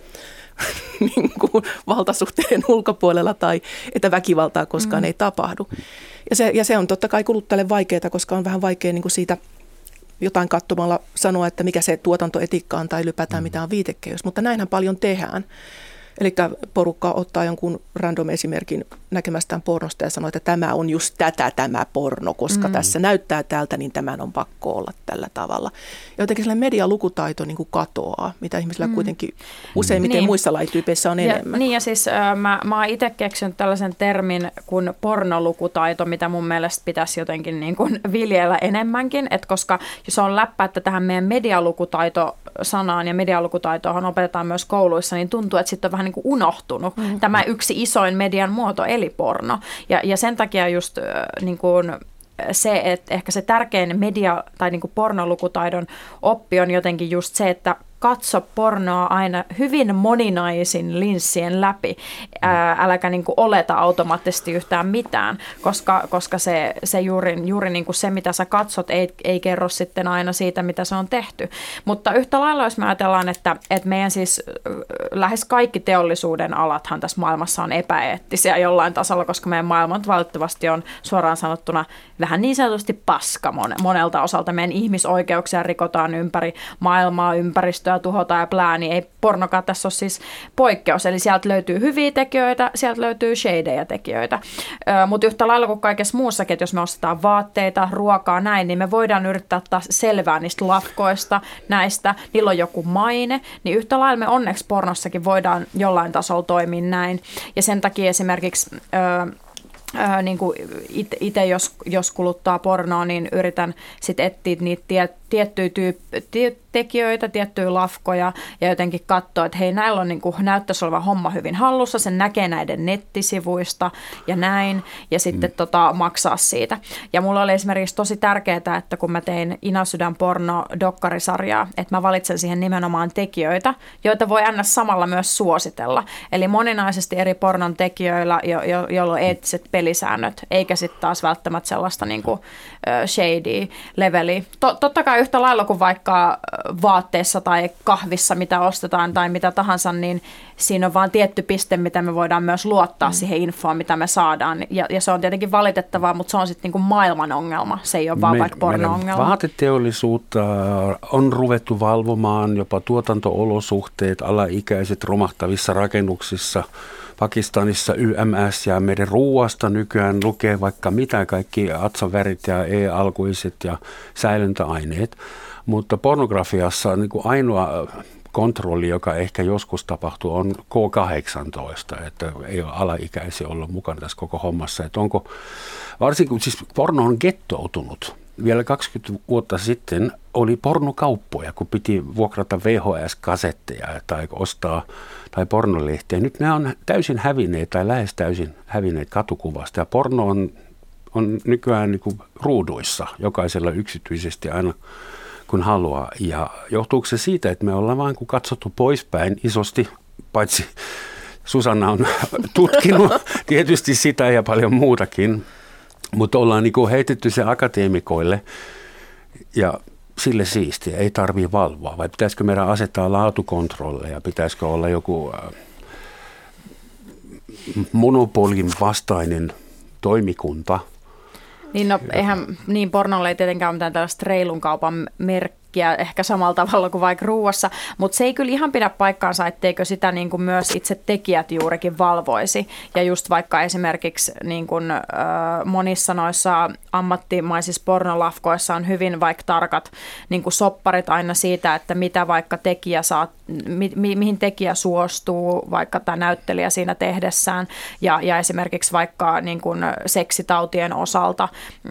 niin kuin valtasuhteiden ulkopuolella tai että väkivaltaa koskaan ei tapahdu. Ja se on totta kai kuluttajalle vaikeaa, koska on vähän vaikea niin kuin siitä jotain katsomalla sanoa, että mikä se tuotantoetiikka on tai ylipäätään mitä on viitekeys, mutta näinhän paljon tehdään. Eli porukka ottaa jonkun random esimerkin näkemästään pornosta ja sanoo, että tämä on just tämä porno, koska tässä näyttää tältä, niin tämän on pakko olla tällä tavalla. Ja jotenkin sellainen medialukutaito niin kuin katoaa, mitä ihmisillä kuitenkin useimmiten muissa lajityypeissä on enemmän. Niin ja siis mä oon itse keksinyt tällaisen termin kuin pornolukutaito, mitä mun mielestä pitäisi jotenkin niin kuin viljellä enemmänkin, että koska jos on läppättä tähän meidän medialukutaito-sanaan ja medialukutaitoahan opetetaan myös kouluissa, niin tuntuu, että sitten on vähän niin kuin unohtunut tämä yksi isoin median muoto, eli porno. Ja sen takia just niin kuin se, että ehkä se tärkein media- tai niin kuin pornolukutaidon oppi on jotenkin just se, että katso pornoa aina hyvin moninaisin linssien läpi. Äläkä niin kuin oleta automaattisesti yhtään mitään, koska se juuri niin kuin se, mitä sä katsot, ei kerro sitten aina siitä, mitä se on tehty. Mutta yhtä lailla, jos me ajatellaan, että meidän siis lähes kaikki teollisuuden alathan tässä maailmassa on epäeettisiä jollain tasolla, koska meidän maailma valitettavasti on suoraan sanottuna vähän niin sanotusti paska monelta osalta. Meidän ihmisoikeuksia rikotaan ympäri maailmaa, ympäristöä tuhotaan ja plää, niin ei pornokaan tässä ole siis poikkeus. Eli sieltä löytyy hyviä tekijöitä, sieltä löytyy shadeja tekijöitä. Mutta yhtä lailla kuin kaikessa muussakin, että jos me ostetaan vaatteita, ruokaa, näin, niin me voidaan yrittää ottaa selvää niistä lafkoista, näistä, niillä on joku maine, niin yhtä lailla me onneksi pornossakin voidaan jollain tasolla toimia näin. Ja sen takia esimerkiksi niin kuin itse jos kuluttaa pornoa, niin yritän sitten etsiä niitä tiettyjä tekijöitä, tiettyjä lafkoja ja jotenkin katsoa, että hei, näillä on niin kuin, näyttäisi olevan homma hyvin hallussa, sen näkee näiden nettisivuista ja näin, ja sitten maksaa siitä. Ja mulla oli esimerkiksi tosi tärkeää, että kun mä tein Inasydän porno-dokkarisarjaa, että mä valitsen siihen nimenomaan tekijöitä, joita voi ns. Samalla myös suositella. Eli moninaisesti eri pornon tekijöillä, joilla on eettiset pelisäännöt, eikä sitten taas välttämättä sellaista niin kuin shady leveliä. Totta kai yhtä lailla kuin vaikka vaatteessa tai kahvissa, mitä ostetaan tai mitä tahansa, niin siinä on vaan tietty piste, mitä me voidaan myös luottaa siihen infoon, mitä me saadaan. Ja se on tietenkin valitettavaa, mutta se on sitten niinku maailman ongelma. Se ei ole vaan vaikka porno-ongelma. Vaateteollisuutta on ruvettu valvomaan, jopa tuotanto-olosuhteet, alaikäiset romahtavissa rakennuksissa. Pakistanissa YMS ja meidän ruuasta nykyään lukee vaikka mitä, kaikki atsavärit ja e-alkuiset ja säilöntäaineet. Mutta pornografiassa niin kuin ainoa kontrolli, joka ehkä joskus tapahtuu, on K18, että ei ole alaikäisiä ollut mukana tässä koko hommassa. Että onko, varsinkin siis porno on gettoutunut. Vielä 20 vuotta sitten oli pornokauppoja, kun piti vuokrata VHS-kasetteja tai ostaa tai pornolehtiä. Nyt ne on täysin hävinneet tai lähes täysin hävinneet katukuvasta. Ja porno on nykyään niin kuin ruuduissa jokaisella yksityisesti aina kun haluaa. Ja johtuuko se siitä, että me ollaan vaan kun katsottu poispäin isosti, paitsi Susanna on tutkinut tietysti sitä ja paljon muutakin, mutta ollaan niin kuin heitetty se akateemikoille ja sille siistiä, ei tarvitse valvoa. Vai pitäisikö meidän asettaa laatukontrolleja, pitäisikö olla joku monopolin vastainen toimikunta? Niin eihän niin pornolle ei tietenkään ole mitään tällaista reilun kaupan merkkiä, ehkä samalla tavalla kuin vaikka ruuassa, mutta se ei kyllä ihan pidä paikkaansa, etteikö sitä niin kuin myös itse tekijät juurikin valvoisi. Ja just vaikka esimerkiksi niin kuin, monissa noissa ammattimaisissa pornolafkoissa on hyvin vaikka tarkat niin kuin sopparit aina siitä, että mitä vaikka tekijä saa, mihin tekijä suostuu, vaikka tämä näyttelijä siinä tehdessään, ja esimerkiksi vaikka niin kuin seksitautien osalta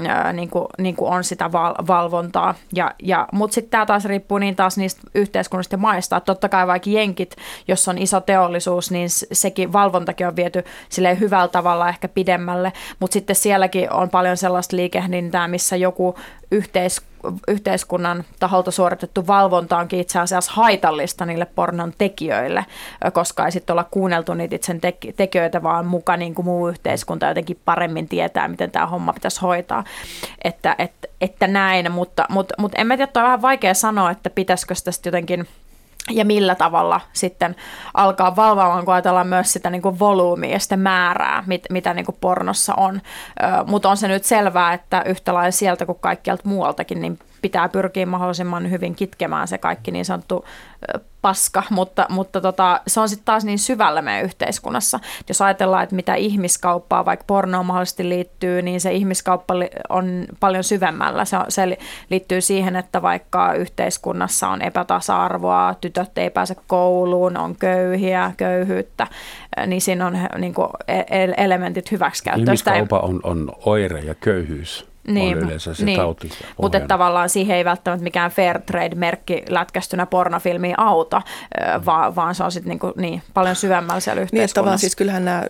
niin kuin on sitä valvontaa. Mutta sitten tämä taas riippuu niin taas niistä yhteiskunnista ja maista, että totta kai vaikka jenkit, jos on iso teollisuus, niin sekin valvontakin on viety silleen hyvällä tavalla ehkä pidemmälle, mutta sitten sielläkin on paljon sellaista liikehdintää, missä joku yhteiskunnan taholta suoritettu valvonta onkin itse asiassa haitallista niille pornon tekijöille, koska ei sitten olla kuunneltu niitä itse tekijöitä, vaan muka niin kuin muu yhteiskunta jotenkin paremmin tietää, miten tämä homma pitäisi hoitaa. Että näin, mutta en mä tiedä, on vähän vaikea sanoa, että pitäisikö sitä jotenkin ja millä tavalla sitten alkaa valvomaan, kun ajatellaan myös sitä niin kuin volyymia ja sitä määrää, mitä niin kuin pornossa on. Mutta on se nyt selvää, että yhtä lailla sieltä kuin kaikkialta muualtakin, niin pitää pyrkiä mahdollisimman hyvin kitkemään se kaikki niin sanottu paska, mutta se on sitten taas niin syvällä meidän yhteiskunnassa. Jos ajatellaan, että mitä ihmiskauppaa vaikka pornoon mahdollisesti liittyy, niin se ihmiskauppa on paljon syvemmällä. Se liittyy siihen, että vaikka yhteiskunnassa on epätasa-arvoa, tytöt ei pääse kouluun, on köyhyyttä, niin siinä on niin kuin elementit hyväksikäyttöä. Ihmiskauppa on oire ja köyhyys. Niin, on yleensä se tauti. Mutta tavallaan siihen ei välttämättä mikään fair trade-merkki lätkästynä pornofilmiin auta, vaan se on sitten niin paljon syvemmällä siellä yhteiskunnassa. Niin, että siis kyllähän nämä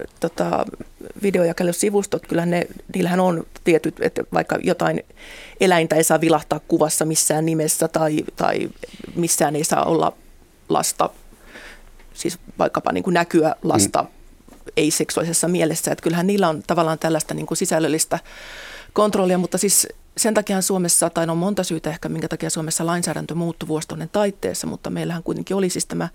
videojakelusivustot, niillähän on tietyt, että vaikka jotain eläintä ei saa vilahtaa kuvassa missään nimessä tai missään ei saa olla lasta, siis vaikkapa niin kuin näkyä lasta ei-seksuaalisessa mielessä. Että kyllähän niillä on tavallaan tällaista niin kuin sisällöllistä kontrollia, mutta siis sen takia Suomessa, tai on monta syytä ehkä, minkä takia Suomessa lainsäädäntö muuttui vuosituhannen taitteessa, mutta meillähän kuitenkin oli siis tämä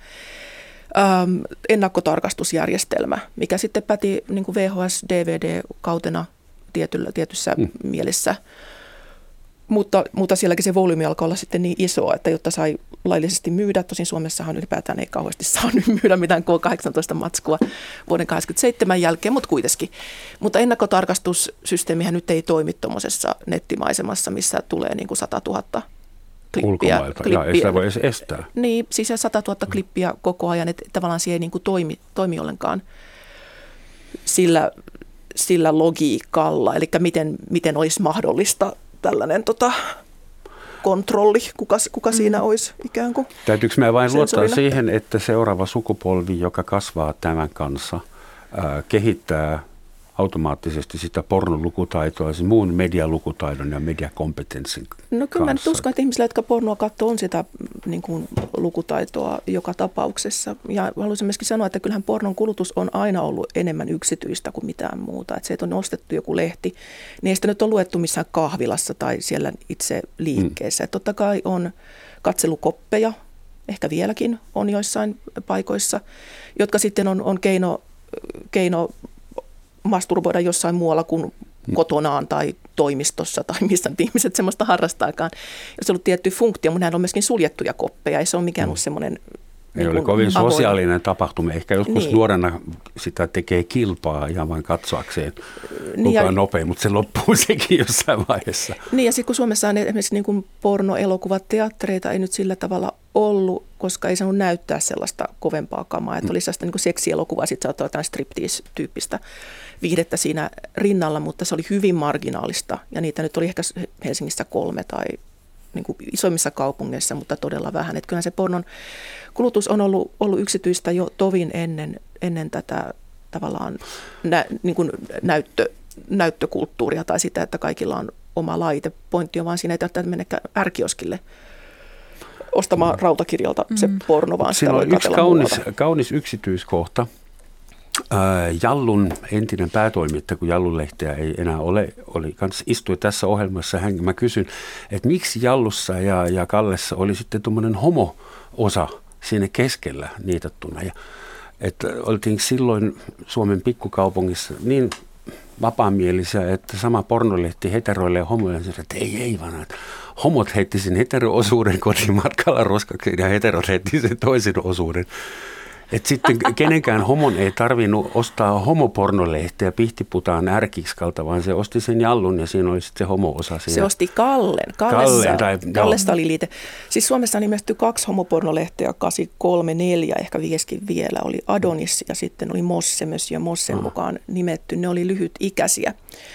ennakkotarkastusjärjestelmä, mikä sitten päti niin kuin VHS-DVD-kautena tietyssä mielessä. Mutta sielläkin se volyymi alkaa olla sitten niin iso, että jotta sai laillisesti myydä, tosin Suomessahan ylipäätään ei kauheasti saa nyt myydä mitään K18-matskua vuoden 1987 jälkeen, mutta kuitenkin. Mutta ennakkotarkastussysteemihän nyt ei toimi tuommoisessa nettimaisemassa, missä tulee niin kuin 100 000 klippiä. Ja ei sitä voi edes estää. Niin, siis 100 000 klippiä koko ajan, että tavallaan se ei niin kuin toimi ollenkaan sillä logiikalla, eli miten olisi mahdollista tällainen kontrolli, kuka siinä olisi ikään kuin. Täytyykö me vain luottaa siihen, että seuraava sukupolvi, joka kasvaa tämän kanssa, kehittää automaattisesti sitä pornolukutaitoa, siis muun medialukutaidon ja mediakompetenssin kanssa? No kyllä mä nyt uskon, että ihmisillä, jotka pornoa katsoo, on sitä niin kuin lukutaitoa joka tapauksessa. Ja haluaisin myöskin sanoa, että kyllähän pornon kulutus on aina ollut enemmän yksityistä kuin mitään muuta. Että se, että on ostettu joku lehti, niin ei sitä nyt ole luettu missään kahvilassa tai siellä itse liikkeessä. Että totta kai on katselukoppeja, ehkä vieläkin on joissain paikoissa, jotka sitten on keino masturboida jossain muualla kuin kotonaan tai toimistossa tai missä ihmiset semmoista harrastaakaan. Jos on ollut tietty funktio, mutta nämä on myöskin suljettuja koppeja, ei se ole mikään ollut semmoinen ei ole kovin sosiaalinen tapahtuma. Ehkä joskus nuorena sitä tekee kilpaa ihan vain katsoakseen kuka on nopea, mutta se loppuu sekin jossain vaiheessa. Niin ja sitten kun Suomessa on esimerkiksi niin kuin pornoelokuvat, teattereita ei nyt sillä tavalla ollut, koska ei saanut näyttää sellaista kovempaa kamaa. Että oli sellaista niin kuin seksielokuvaa, sitten saattaa jotain striptease-tyyppistä viihdettä siinä rinnalla, mutta se oli hyvin marginaalista. Ja niitä nyt oli ehkä Helsingissä 3 tai niin kuin isoimmissa kaupungeissa, mutta todella vähän. Että kyllähän se pornon kulutus on ollut yksityistä jo tovin ennen tätä tavallaan niin kuin näyttökulttuuria tai sitä, että kaikilla on oma laite. Pointti on vaan siinä, että mennä ärkioskille ostamaan rautakirjalta se porno, vaan sitä voi katsella muualta. Kaunis yksityiskohta. Jallun entinen päätoimittaja, kun Jallun-lehteä ei enää ole, istui tässä ohjelmassa. Mä kysyn, että miksi Jallussa ja Kallessa oli sitten tuommoinen homo-osa siinä keskellä niitattuna. Ja, että oltiin silloin Suomen pikkukaupungissa niin vapaamielisiä, että sama pornolehti heteroille ja homoille, että ei vaan, että homot heitti sen hetero-osuuden kotimatkalla roskaksi ja heterot heitti sen toisen osuuden. Että sitten kenenkään homon ei tarvinnut ostaa homopornolehteä Pihtiputaan ärkiskalta, vaan se osti sen Jallun ja siinä oli sitten se homo-osa siinä. Se osti Kallen. Kallesta oli liite. Siis Suomessa on ilmeisesti 2 homopornolehteä, 834, ehkä vieskin vielä. Oli Adonis ja sitten oli Mosse, Monsieur Mossen mukaan nimetty. Ne oli lyhytikäisiä.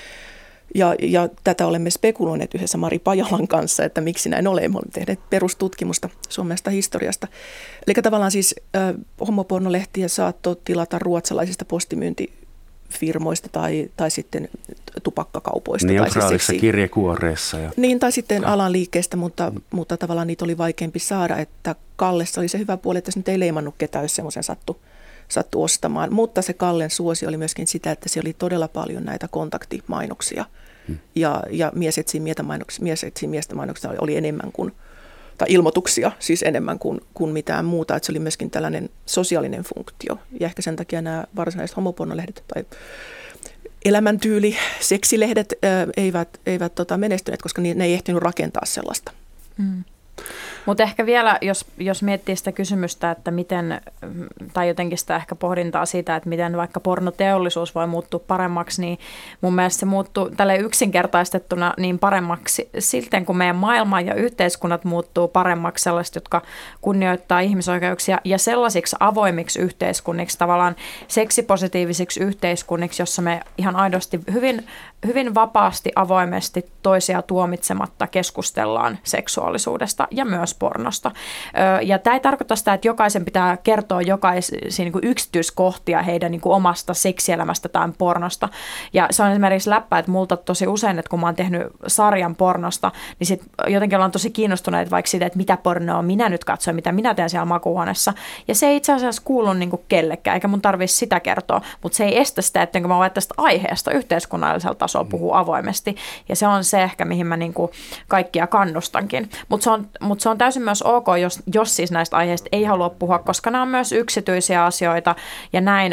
Ja tätä olemme spekuloineet yhdessä Mari Pajalan kanssa, että miksi näin olemme tehneet perustutkimusta Suomesta historiasta. Eli tavallaan siis homopornolehtiä saattoi tilata ruotsalaisista postimyyntifirmoista tai sitten tupakkakaupoista. Neutraalissa siis kirjekuoreessa. Niin, tai sitten alan liikkeestä, mutta tavallaan niitä oli vaikeampi saada, että Kallessa oli se hyvä puoli, että se nyt ei leimannut ketään, jos semmoisen sattui ostamaan. Mutta se Kallen suosi oli myöskin sitä, että se oli todella paljon näitä kontaktimainoksia. Ja mies etsii miestä mainoksia oli enemmän kuin, tai ilmoituksia siis enemmän kuin mitään muuta. Että se oli myöskin tällainen sosiaalinen funktio. Ja ehkä sen takia nämä varsinaiset homopornolehdet tai elämäntyyli, seksilehdet eivät menestyneet, koska ne ei ehtinyt rakentaa sellaista. Mutta ehkä vielä, jos miettii sitä kysymystä, että miten, tai jotenkin sitä ehkä pohdintaa siitä, että miten vaikka pornoteollisuus voi muuttua paremmaksi, niin mun mielestä se muuttuu tälleen yksinkertaistettuna niin paremmaksi silten, kun meidän maailma ja yhteiskunnat muuttuu paremmaksi sellaiset, jotka kunnioittaa ihmisoikeuksia ja sellaisiksi avoimiksi yhteiskunniksi, tavallaan seksipositiivisiksi yhteiskunniksi, jossa me ihan aidosti hyvin hyvin vapaasti, avoimesti toisia tuomitsematta keskustellaan seksuaalisuudesta ja myös pornosta. Ja tämä ei tarkoita sitä, että jokaisen pitää kertoa jokaisia niin kuin yksityiskohtia heidän niin kuin omasta seksielämästä tai pornosta. Ja se on esimerkiksi läppä, että multa tosi usein, että kun mä oon tehnyt sarjan pornosta, niin sit jotenkin ollaan tosi kiinnostuneet vaikka siitä, että mitä pornoa minä nyt katsoin, mitä minä teen siellä makuuhuoneessa. Ja se ei itse asiassa kuulu niin kuin kellekään, eikä mun tarvitse sitä kertoa, mutta se ei estä sitä, että mä voin tästä aiheesta yhteiskunnallisella tasolla puhua avoimesti. Ja se on se ehkä, mihin mä niin kuin kaikkia kannustankin. Mutta se on täysin myös ok, jos siis näistä aiheista ei halua puhua, koska nämä on myös yksityisiä asioita ja näin,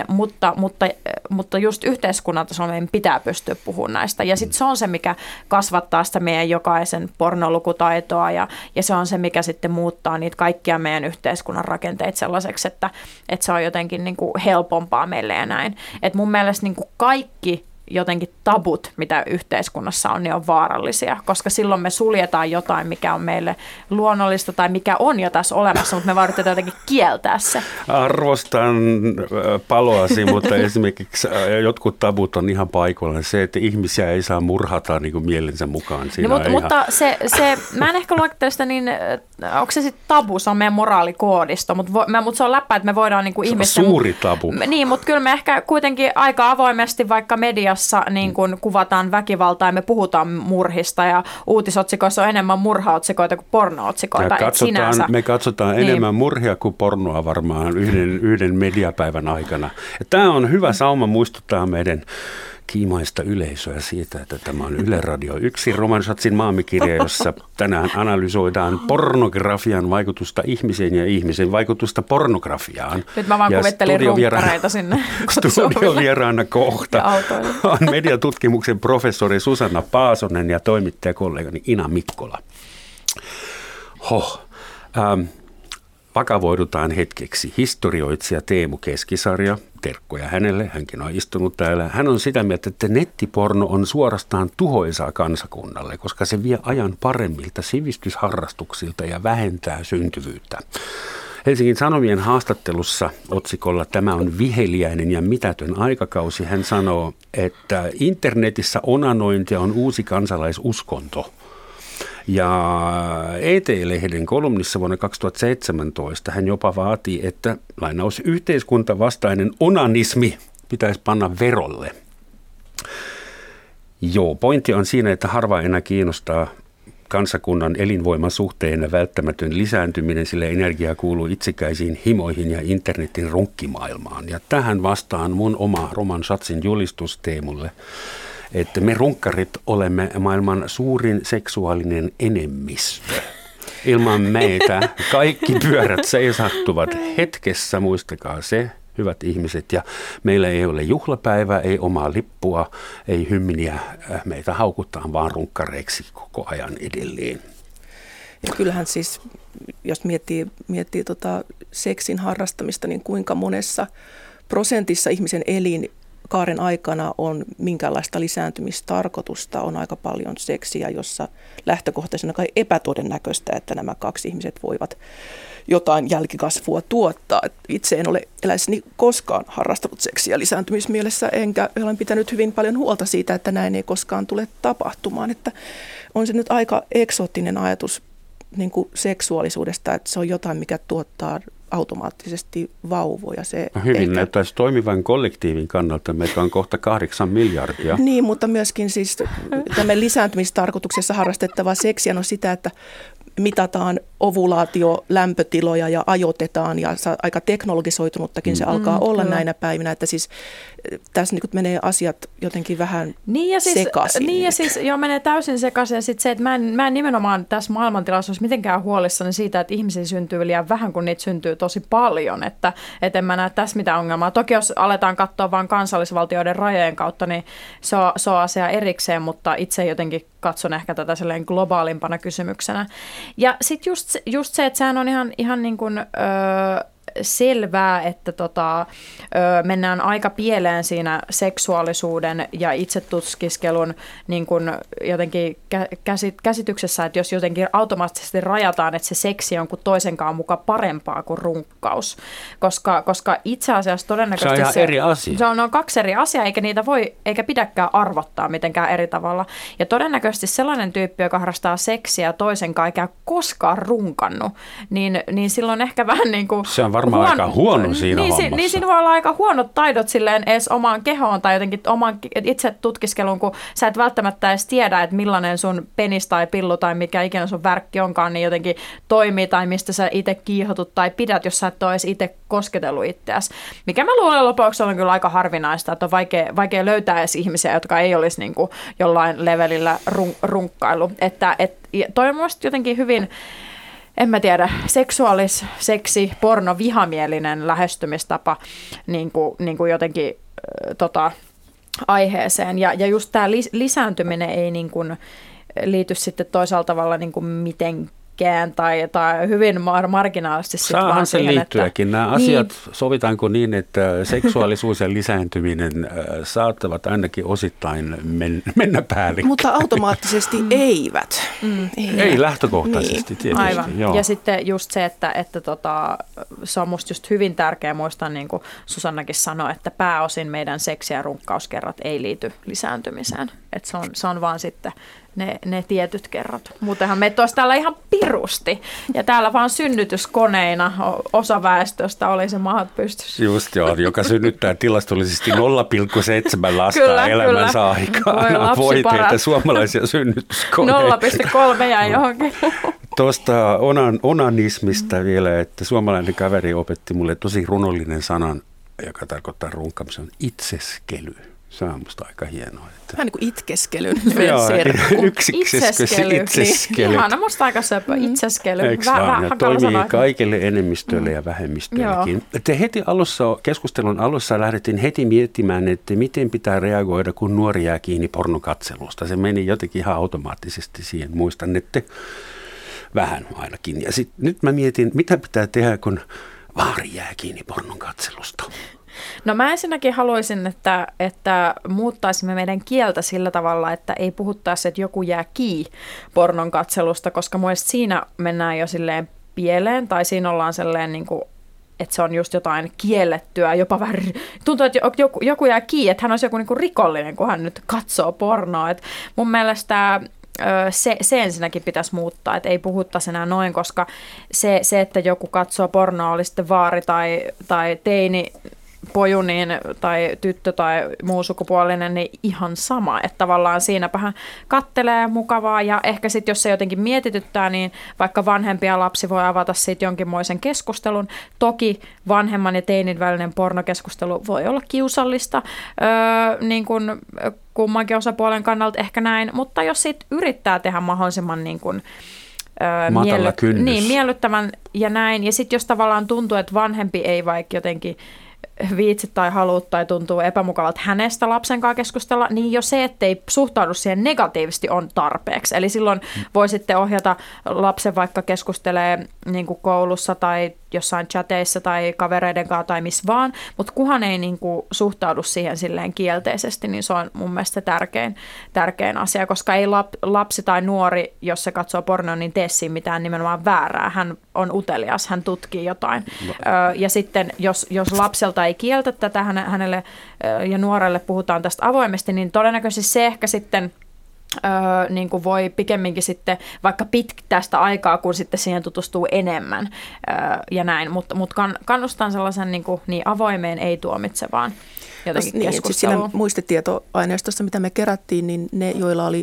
mutta just yhteiskunnan tasolla meidän pitää pystyä puhumaan näistä. Ja sitten se on se, mikä kasvattaa sitä meidän jokaisen pornolukutaitoa ja se on se, mikä sitten muuttaa niitä kaikkia meidän yhteiskunnan rakenteita sellaiseksi, että se on jotenkin niin kuin helpompaa meille ja näin. Et mun mielestä niin kuin kaikki jotenkin tabut, mitä yhteiskunnassa on, niin on vaarallisia, koska silloin me suljetaan jotain, mikä on meille luonnollista tai mikä on jo tässä olemassa, mutta me vaaditaan jotenkin kieltää se. Arvostan paloasi, mutta esimerkiksi jotkut tabut on ihan paikoilla. Se, että ihmisiä ei saa murhata niin kuin mielensä mukaan. No, mutta mä en ehkä luokittele sitä niin, onko se sitten tabu, se on meidän moraalikoodisto, mutta se on läppä, että me voidaan niin kuin ihmisten... Suuri tabu. Niin, mutta kyllä me ehkä kuitenkin aika avoimesti vaikka mediassa niin kun kuvataan väkivaltaa ja me puhutaan murhista ja uutisotsikoissa on enemmän murhaotsikoita kuin pornootsikoita. Me katsotaan enemmän murhia kuin pornoa varmaan yhden mediapäivän aikana. Tämä on hyvä sauma muistuttaa meidän kiimaista yleisöä siitä, että tämä on Yle Radio 1 Roman Schatzin maamikirja, jossa tänään analysoidaan pornografian vaikutusta ihmiseen ja ihmisen vaikutusta pornografiaan. Nyt mä vaan kuvittelin runkkareita sinne. Studiovieraana kohta on mediatutkimuksen professori Susanna Paasonen ja toimittajakollegani Ina Mikkola. Vakavoidutaan hetkeksi. Historioitsija Teemu Keskisarja, terkkoja hänelle, hänkin on istunut täällä. Hän on sitä mieltä, että nettiporno on suorastaan tuhoisaa kansakunnalle, koska se vie ajan paremmilta sivistysharrastuksilta ja vähentää syntyvyyttä. Helsingin Sanomien haastattelussa otsikolla "Tämä on viheliäinen ja mitätön aikakausi" hän sanoo, että internetissä onanointi on uusi kansalaisuskonto. Ja ET-lehden kolumnissa vuonna 2017 hän jopa vaatii, että lainaus yhteiskuntavastainen onanismi pitäisi panna verolle. Pointti on siinä, että harva enää kiinnostaa kansakunnan elinvoiman suhteen välttämätön lisääntyminen, sillä energia kuuluu itsekäisiin himoihin ja internetin runkkimaailmaan. Ja tähän vastaan mun oma Roman Schatzin julistus Teemulle, että me runkkarit olemme maailman suurin seksuaalinen enemmistö. Ilman meitä kaikki pyörät seisahtuvat hetkessä, muistakaa se, hyvät ihmiset. Ja meillä ei ole juhlapäivää, ei omaa lippua, ei hymniä, meitä haukutaan vaan runkkareiksi koko ajan edelleen. Ja kyllähän siis, jos miettii seksin harrastamista, niin kuinka monessa prosentissa ihmisen kaaren aikana on minkälaista lisääntymistarkoitusta, on aika paljon seksiä, jossa lähtökohtaisena kai epätodennäköistä, että nämä kaksi ihmiset voivat jotain jälkikasvua tuottaa. Itse en ole eläissäni koskaan harrastanut seksiä lisääntymismielessä, enkä olen pitänyt hyvin paljon huolta siitä, että näin ei koskaan tule tapahtumaan. Että on se nyt aika eksoottinen ajatus niin kuin seksuaalisuudesta, että se on jotain, mikä tuottaa automaattisesti vauvoja. Hyvin näyttäisi toimivan kollektiivin kannalta. Meitä on kohta 8 miljardia. Niin, mutta myöskin siis tämän lisääntymistarkoituksessa harrastettava seksiä on sitä, että mitataan ovulaatiolämpötiloja ja ajoitetaan ja aika teknologisoitunuttakin se alkaa olla näinä päivinä, että siis tässä niin menee asiat jotenkin vähän sekaisin. Niin ja siis menee täysin sekaisin ja sitten se, että mä en nimenomaan tässä maailmantilassa olisi mitenkään huolissani siitä, että ihmisiä syntyy liian vähän, kun niitä syntyy tosi paljon, että en mä näe tässä mitään ongelmaa. Toki jos aletaan katsoa vain kansallisvaltioiden rajojen kautta, niin se on asia erikseen, mutta itse jotenkin katson ehkä tätä sellainen globaalimpana kysymyksenä. Ja sitten just se, että sehän on ihan niin kuin, selvää, että mennään aika pieleen siinä seksuaalisuuden ja itsetutkiskelun niin kuin jotenkin käsityksessä, että jos jotenkin automaattisesti rajataan, että se seksi on jonkun toisenkaan mukaan parempaa kuin runkkaus, koska itse asiassa todennäköisesti se on ihan eri asia. Se on 2 eri asiaa, eikä niitä voi eikä pidäkään arvottaa mitenkään eri tavalla. Ja todennäköisesti sellainen tyyppi, joka harrastaa seksiä toisenkaan eikä koskaan runkannut, niin silloin ehkä vähän niin kuin se on varmaan aika huono siinä hommassa. Niin siinä voi olla aika huonot taidot silleen edes omaan kehoon tai jotenkin oman itse tutkiskeluun, kun sä et välttämättä edes tiedä, että millainen sun penis tai pillu tai mikä ikinä sun värkki onkaan, niin jotenkin toimii tai mistä sä itse kiihotut tai pidät, jos sä et ole edes itse kosketellut itseäsi. Mikä mä luulen lopuksi on kyllä aika harvinaista, että on vaikea löytää edes ihmisiä, jotka ei olisi niin kuin jollain levelillä runkkailu. Toi on mielestäni jotenkin hyvin, en mä tiedä, seksi, porno, vihamielinen lähestymistapa niin kuin jotenkin aiheeseen. Ja just tämä lisääntyminen ei niin kuin liity sitten toisaalta tavalla niin kuin mitenkään tai hyvin marginaalisesti. Saahan se liittyäkin. Nämä asiat sovitaanko niin, että seksuaalisuus ja lisääntyminen saattavat ainakin osittain mennä päälle. Mutta automaattisesti eivät. Ei lähtökohtaisesti niin, tietysti. Aivan. Joo. Ja sitten just se, että se on musta just hyvin tärkeä muistaa, niin kuin Susannakin sanoi, että pääosin meidän seksi- ja runkkauskerrat ei liity lisääntymiseen. Että se on vaan sitten ne tietyt kerrat. Muutenhan meitä olisi täällä ihan pirusti. Ja täällä vaan synnytyskoneina osa väestöstä oli se mahat pystyssä. Just joo, joka synnyttää tilastollisesti 0,7 lasta elämänsä aikana. Voi teitä suomalaisia synnytyskoneita. 0,3 jäi johonkin. Tuosta onanismista vielä, että suomalainen kaveri opetti mulle tosi runollinen sanan, joka tarkoittaa runkkaamisen, itseskely. Se on musta aika hienoa. Vähän niin kuin itkeskelyn yksikseskely. Ihana, musta aika söpö. Itseskely. Ja toimii kaikille enemmistöille ja vähemmistöillekin. Te heti keskustelun alussa lähdettiin heti miettimään, että miten pitää reagoida, kun nuori jää kiinni pornokatselusta. Se meni jotenkin ihan automaattisesti siihen. Muistan, että vähän ainakin. Ja nyt mä mietin, mitä pitää tehdä, kun vaari jää kiinni pornokatselusta. No mä ensinnäkin haluaisin, että muuttaisimme meidän kieltä sillä tavalla, että ei puhuttaisi, että joku jää kiinni pornon katselusta, koska mun mielestä siinä mennään jo silleen pieleen, tai siinä ollaan silleen niin kuin, että se on just jotain kiellettyä, jopa vähän tuntuu, että joku jää kiinni, että hän olisi joku niin kuin rikollinen, kun hän nyt katsoo pornoa. Et mun mielestä se ensinnäkin pitäisi muuttaa, että ei puhuttaisi enää noin, koska se että joku katsoo pornoa, oli sitten vaari tai teini, poju tai tyttö tai muu sukupuolinen, niin ihan sama. Että tavallaan siinäpähän kattelee mukavaa ja ehkä sitten jos se jotenkin mietityttää, niin vaikka vanhempi ja lapsi voi avata siitä jonkinmoisen keskustelun. Toki vanhemman ja teinin välinen pornokeskustelu voi olla kiusallista, niin kuin kummankin osapuolen kannalta ehkä näin, mutta jos sitten yrittää tehdä mahdollisimman niin kuin miellyttävän ja näin, ja sitten jos tavallaan tuntuu, että vanhempi ei vaikka jotenkin viitsi tai halua tai tuntuu epämukavalta hänestä lapsen kanssa keskustella, niin jo se, ettei suhtaudu siihen negatiivisesti on tarpeeksi. Eli silloin voi sitten ohjata lapsen vaikka keskustelee niin kuin koulussa tai jossain chateissa tai kavereiden kanssa tai missä vaan, mutta kuhan ei niin kuin suhtaudu siihen silleen kielteisesti, niin se on mun mielestä tärkein asia, koska ei lapsi tai nuori, jos se katsoo pornoa, niin tee siinä mitään nimenomaan väärää. Hän on utelias, hän tutkii jotain. Ja sitten jos lapselta ei kieltä tätä hänelle ja nuorelle puhutaan tästä avoimesti, niin todennäköisesti se ehkä sitten niin kuin voi pikemminkin sitten vaikka pitkittää sitä aikaa, kun sitten siihen tutustuu enemmän ja näin, mutta kannustan sellaisen niin avoimeen, ei tuomitsevaan jotenkin keskusteluun. Siinä muistitietoaineistossa, mitä me kerättiin, niin ne, joilla oli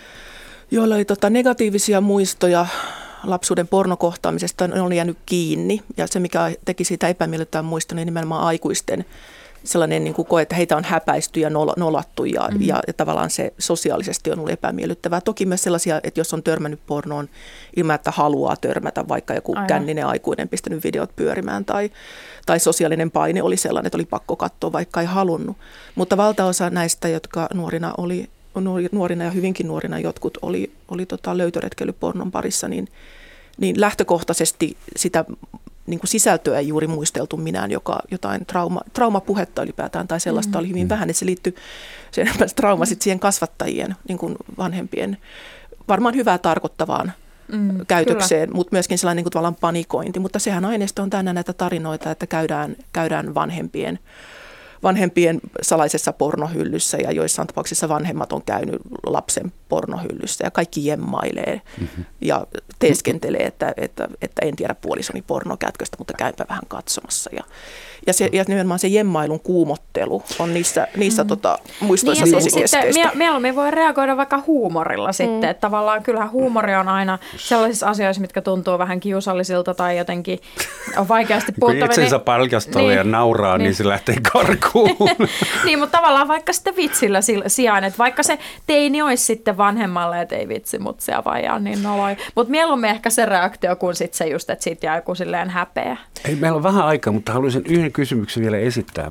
negatiivisia muistoja lapsuuden pornokohtaamisesta, ne oli jäänyt kiinni. Ja se, mikä teki siitä epämiellyttävän muiston, niin nimenomaan aikuisten sellainen niin kuin koe, että heitä on häpäisty ja nolattu ja tavallaan se sosiaalisesti on ollut epämiellyttävää. Toki myös sellaisia, että jos on törmännyt pornoon ilman, että haluaa törmätä, vaikka joku känninen aikuinen pistänyt videot pyörimään tai sosiaalinen paine oli sellainen, että oli pakko katsoa, vaikka ei halunnut. Mutta valtaosa näistä, jotka nuorina ja hyvinkin nuorina jotkut oli löytöretkeilypornon parissa, niin lähtökohtaisesti sitä niin kuin sisältöä ei juuri muisteltu minään, joka jotain traumapuhetta ylipäätään tai sellaista oli hyvin vähän, että se liittyi se trauma sitten siihen kasvattajien, niin kuin vanhempien, varmaan hyvää tarkoittavaan käytökseen, mutta myöskin sellainen niin kuin tavallaan panikointi, mutta sehän aineisto on täynnä näitä tarinoita, että käydään vanhempien salaisessa pornohyllyssä ja joissain tapauksissa vanhemmat on käynyt lapsen pornohyllyssä ja kaikki jemmailee ja teeskentelee, että en tiedä puolisoni pornokätköstä, mutta käypä vähän katsomassa. Ja nimenomaan se jemmailun kuumottelu on niissä muistoissa niin, tosi keskeistä. Mieluummin voi reagoida vaikka huumorilla sitten, että tavallaan kyllähän huumori on aina sellaisissa asioissa, mitkä tuntuu vähän kiusallisilta tai jotenkin on vaikeasti puuttavia. Kun itsensä paljastelee ja nauraa, niin se lähtee karkuun. Niin, mutta tavallaan vaikka sitten vitsillä sijaan, että vaikka se teini olisi sitten vanhemmalle, että ei vitsi, mutta se avaa niin noloi. Mutta mieluummin ehkä se reaktio kuin sitten se just, että siitä jää joku silleen häpeä. Ei, meillä on vähän aikaa, mutta haluaisin yhden kysymyksen vielä esittää.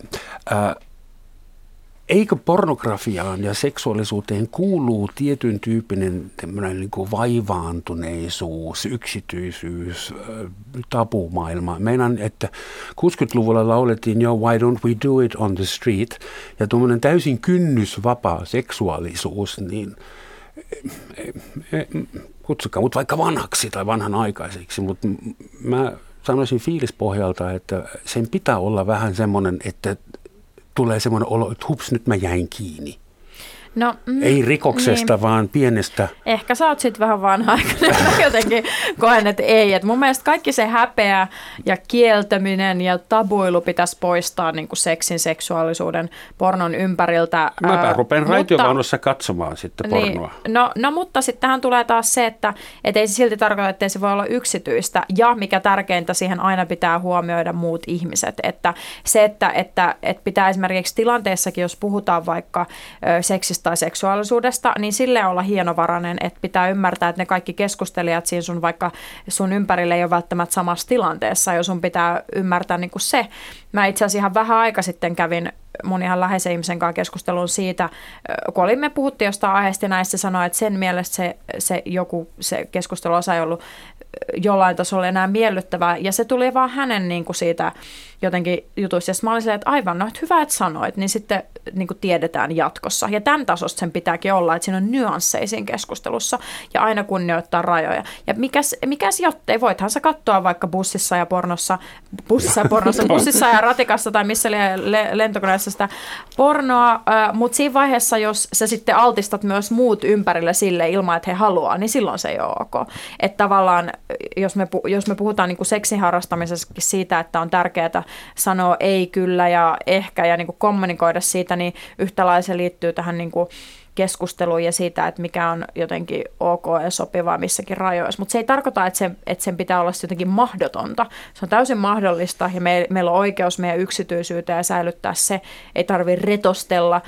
Eikö pornografiaan ja seksuaalisuuteen kuuluu tietyn tyyppinen niin kuin vaivaantuneisuus, yksityisyys, tabumaailma? Meinaan, että 60-luvulla laulettiin jo Why don't we do it on the street? Ja tuommoinen täysin kynnysvapaa seksuaalisuus, niin kutsukaa mut vaikka vanhaksi tai vanhanaikaiseksi, mutta mä sanoisin fiilispohjalta, että sen pitää olla vähän semmoinen, että tulee semmoinen olo, että hups, nyt mä jäin kiinni. No, ei rikoksesta, niin, vaan pienestä. Ehkä sä oot sitten vähän vanha-aikainen. Jotenkin koen, että ei. Et mun mielestä kaikki se häpeä ja kieltäminen ja tabuilu pitäisi poistaa niin kuin seksin, seksuaalisuuden, pornon ympäriltä. Mä rupean raitiovaunussa katsomaan sitten pornoa. Niin, no mutta sitten tähän tulee taas se, että ei se silti tarkoita, että se voi olla yksityistä. Ja mikä tärkeintä, siihen aina pitää huomioida muut ihmiset. Että se, että pitää esimerkiksi tilanteessakin, jos puhutaan vaikka seksistä tai seksuaalisuudesta, niin silleen olla hienovarainen, että pitää ymmärtää, että ne kaikki keskustelijat siinä vaikka sun ympärille ei ole välttämättä samassa tilanteessa, jos sun pitää ymmärtää niin kuin se. Mä itse asiassa ihan vähän aika sitten kävin mun ihan läheisen ihmisen kanssa keskustelun siitä, kun me puhuttiin jostain aiheesta, näistä sanoi, että sen mielestä se keskusteluosa ei ollut jollain tasolla enää miellyttävää, ja se tuli vaan hänen niin kuin siitä jotenkin jutuista. Ja mä olin silleen, että aivan, no, että hyvä, että sanoit, niin sitten niin kuin tiedetään jatkossa. Ja tämän tasosta sen pitääkin olla, että siinä on nyansseja siinä keskustelussa, ja aina kunnioittaa rajoja. Ja mikäs jottei, voithan sä katsoa vaikka bussissa ja ratikassa tai missä lentokoneessa sitä pornoa, mutta siinä vaiheessa, jos sä sitten altistat myös muut ympärille sille ilman, että he haluaa, niin silloin se ei ole ok. Että tavallaan, jos me puhutaan niin kuin seksin harrastamisessakin siitä, että on tärkeää sanoa ei, kyllä ja ehkä ja niin kuin kommunikoida siitä, niin yhtä lailla se liittyy tähän niin kuin keskusteluun ja siitä, että mikä on jotenkin ok ja sopivaa missäkin rajoissa. Mutta se ei tarkoita, että sen pitää olla jotenkin mahdotonta. Se on täysin mahdollista ja meillä on oikeus meidän yksityisyyteen ja säilyttää se. Ei tarvitse retostella,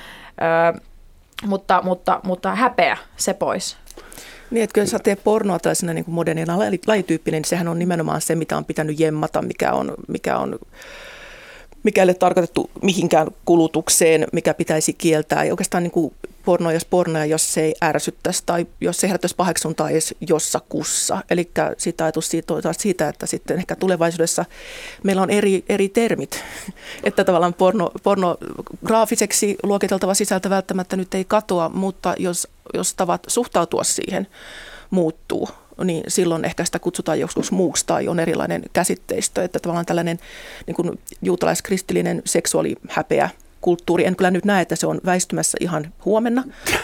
mutta häpeä se pois. Niin, että kyllä sä teet pornoa tällaisena niin kuin modernina lajityyppinen, niin sehän on nimenomaan se, mitä on pitänyt jemmata, mikä ei ole tarkoitettu mihinkään kulutukseen, mikä pitäisi kieltää. Ja oikeastaan niin kuin pornoja, jos se ei ärsyttäisi tai jos se herättäisi paheksuntaa edes jossakussa. Eli siitä ajatus siitä, että sitten ehkä tulevaisuudessa meillä on eri termit, että tavallaan pornograafiseksi luokiteltava sisältö välttämättä nyt ei katoa, mutta jos tavat suhtautua siihen muuttuu, niin silloin ehkä sitä kutsutaan joskus muuksi tai on erilainen käsitteistö, että tavallaan tällainen niin kuin juutalaiskristillinen seksuaalihäpeä kulttuuri. En kyllä nyt näe, että se on väistymässä ihan huomenna,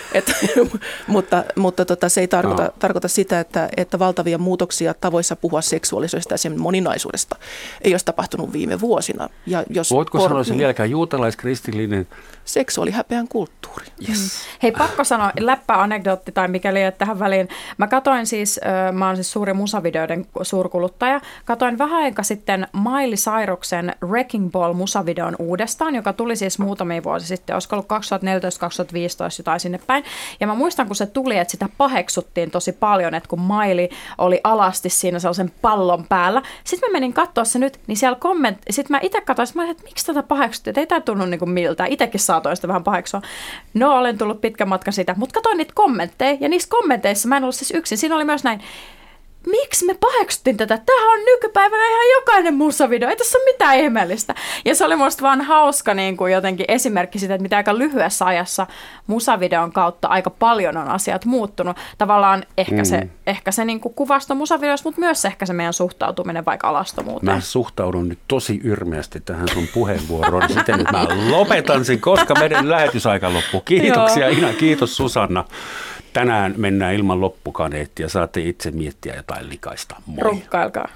mutta se ei tarkoita sitä, että valtavia muutoksia tavoissa puhua seksuaalisuudesta ja sen moninaisuudesta ei olisi tapahtunut viime vuosina. Ja voitko sanoa sen vieläkään juutalaiskristillinen seksuaalihäpeän kulttuuri? Yes. Hei, pakko sanoa läppä-anekdootti tai mikäli tähän väliin. Mä oon siis suuri musavideoiden suurkuluttaja. Katoin vähän aika sitten Miley Cyrusen Wrecking Ball-musavideon uudestaan, joka tuli siis muutamia vuosia sitten, olisiko ollut 2014-2015 jotain sinne päin. Ja mä muistan, kun se tuli, että sitä paheksuttiin tosi paljon, että kun Miley oli alasti siinä sellaisen pallon päällä. Sitten mä menin katsoa se nyt, niin siellä sitten mä itse katsoin, että miksi tätä paheksuttiin, että ei tämä tunnu niin kuin miltään. Itsekin saatoin sitä vähän paheksua. No, olen tullut pitkän matkan siitä, mutta katsoin niitä kommentteja, ja niissä kommenteissa mä en ollut siis yksin. Siinä oli myös näin, miksi me paheksuttiin tätä? Tämähän on nykypäivänä ihan jokainen musavideo, ei tässä ole mitään ihmeellistä. Ja se oli musta vaan hauska niin kuin jotenkin esimerkki siitä, että mitä aika lyhyessä ajassa musavideon kautta aika paljon on asiat muuttunut. Tavallaan ehkä se niin kuin kuvasto musavideossa, mutta myös ehkä se meidän suhtautuminen vaikka alastomuuteen. Mä suhtaudun nyt tosi yrmeästi tähän sun puheenvuoroon siten, että mä lopetan sen, koska meidän lähetysaika loppuu. Kiitoksia Ina, kiitos Susanna. Tänään mennään ilman loppukaneettia. Saatte itse miettiä jotain likaista. Moi. Runkkailkaa.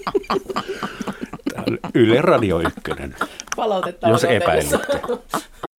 Yle Radio 1. Palautetta Jos epäilitte.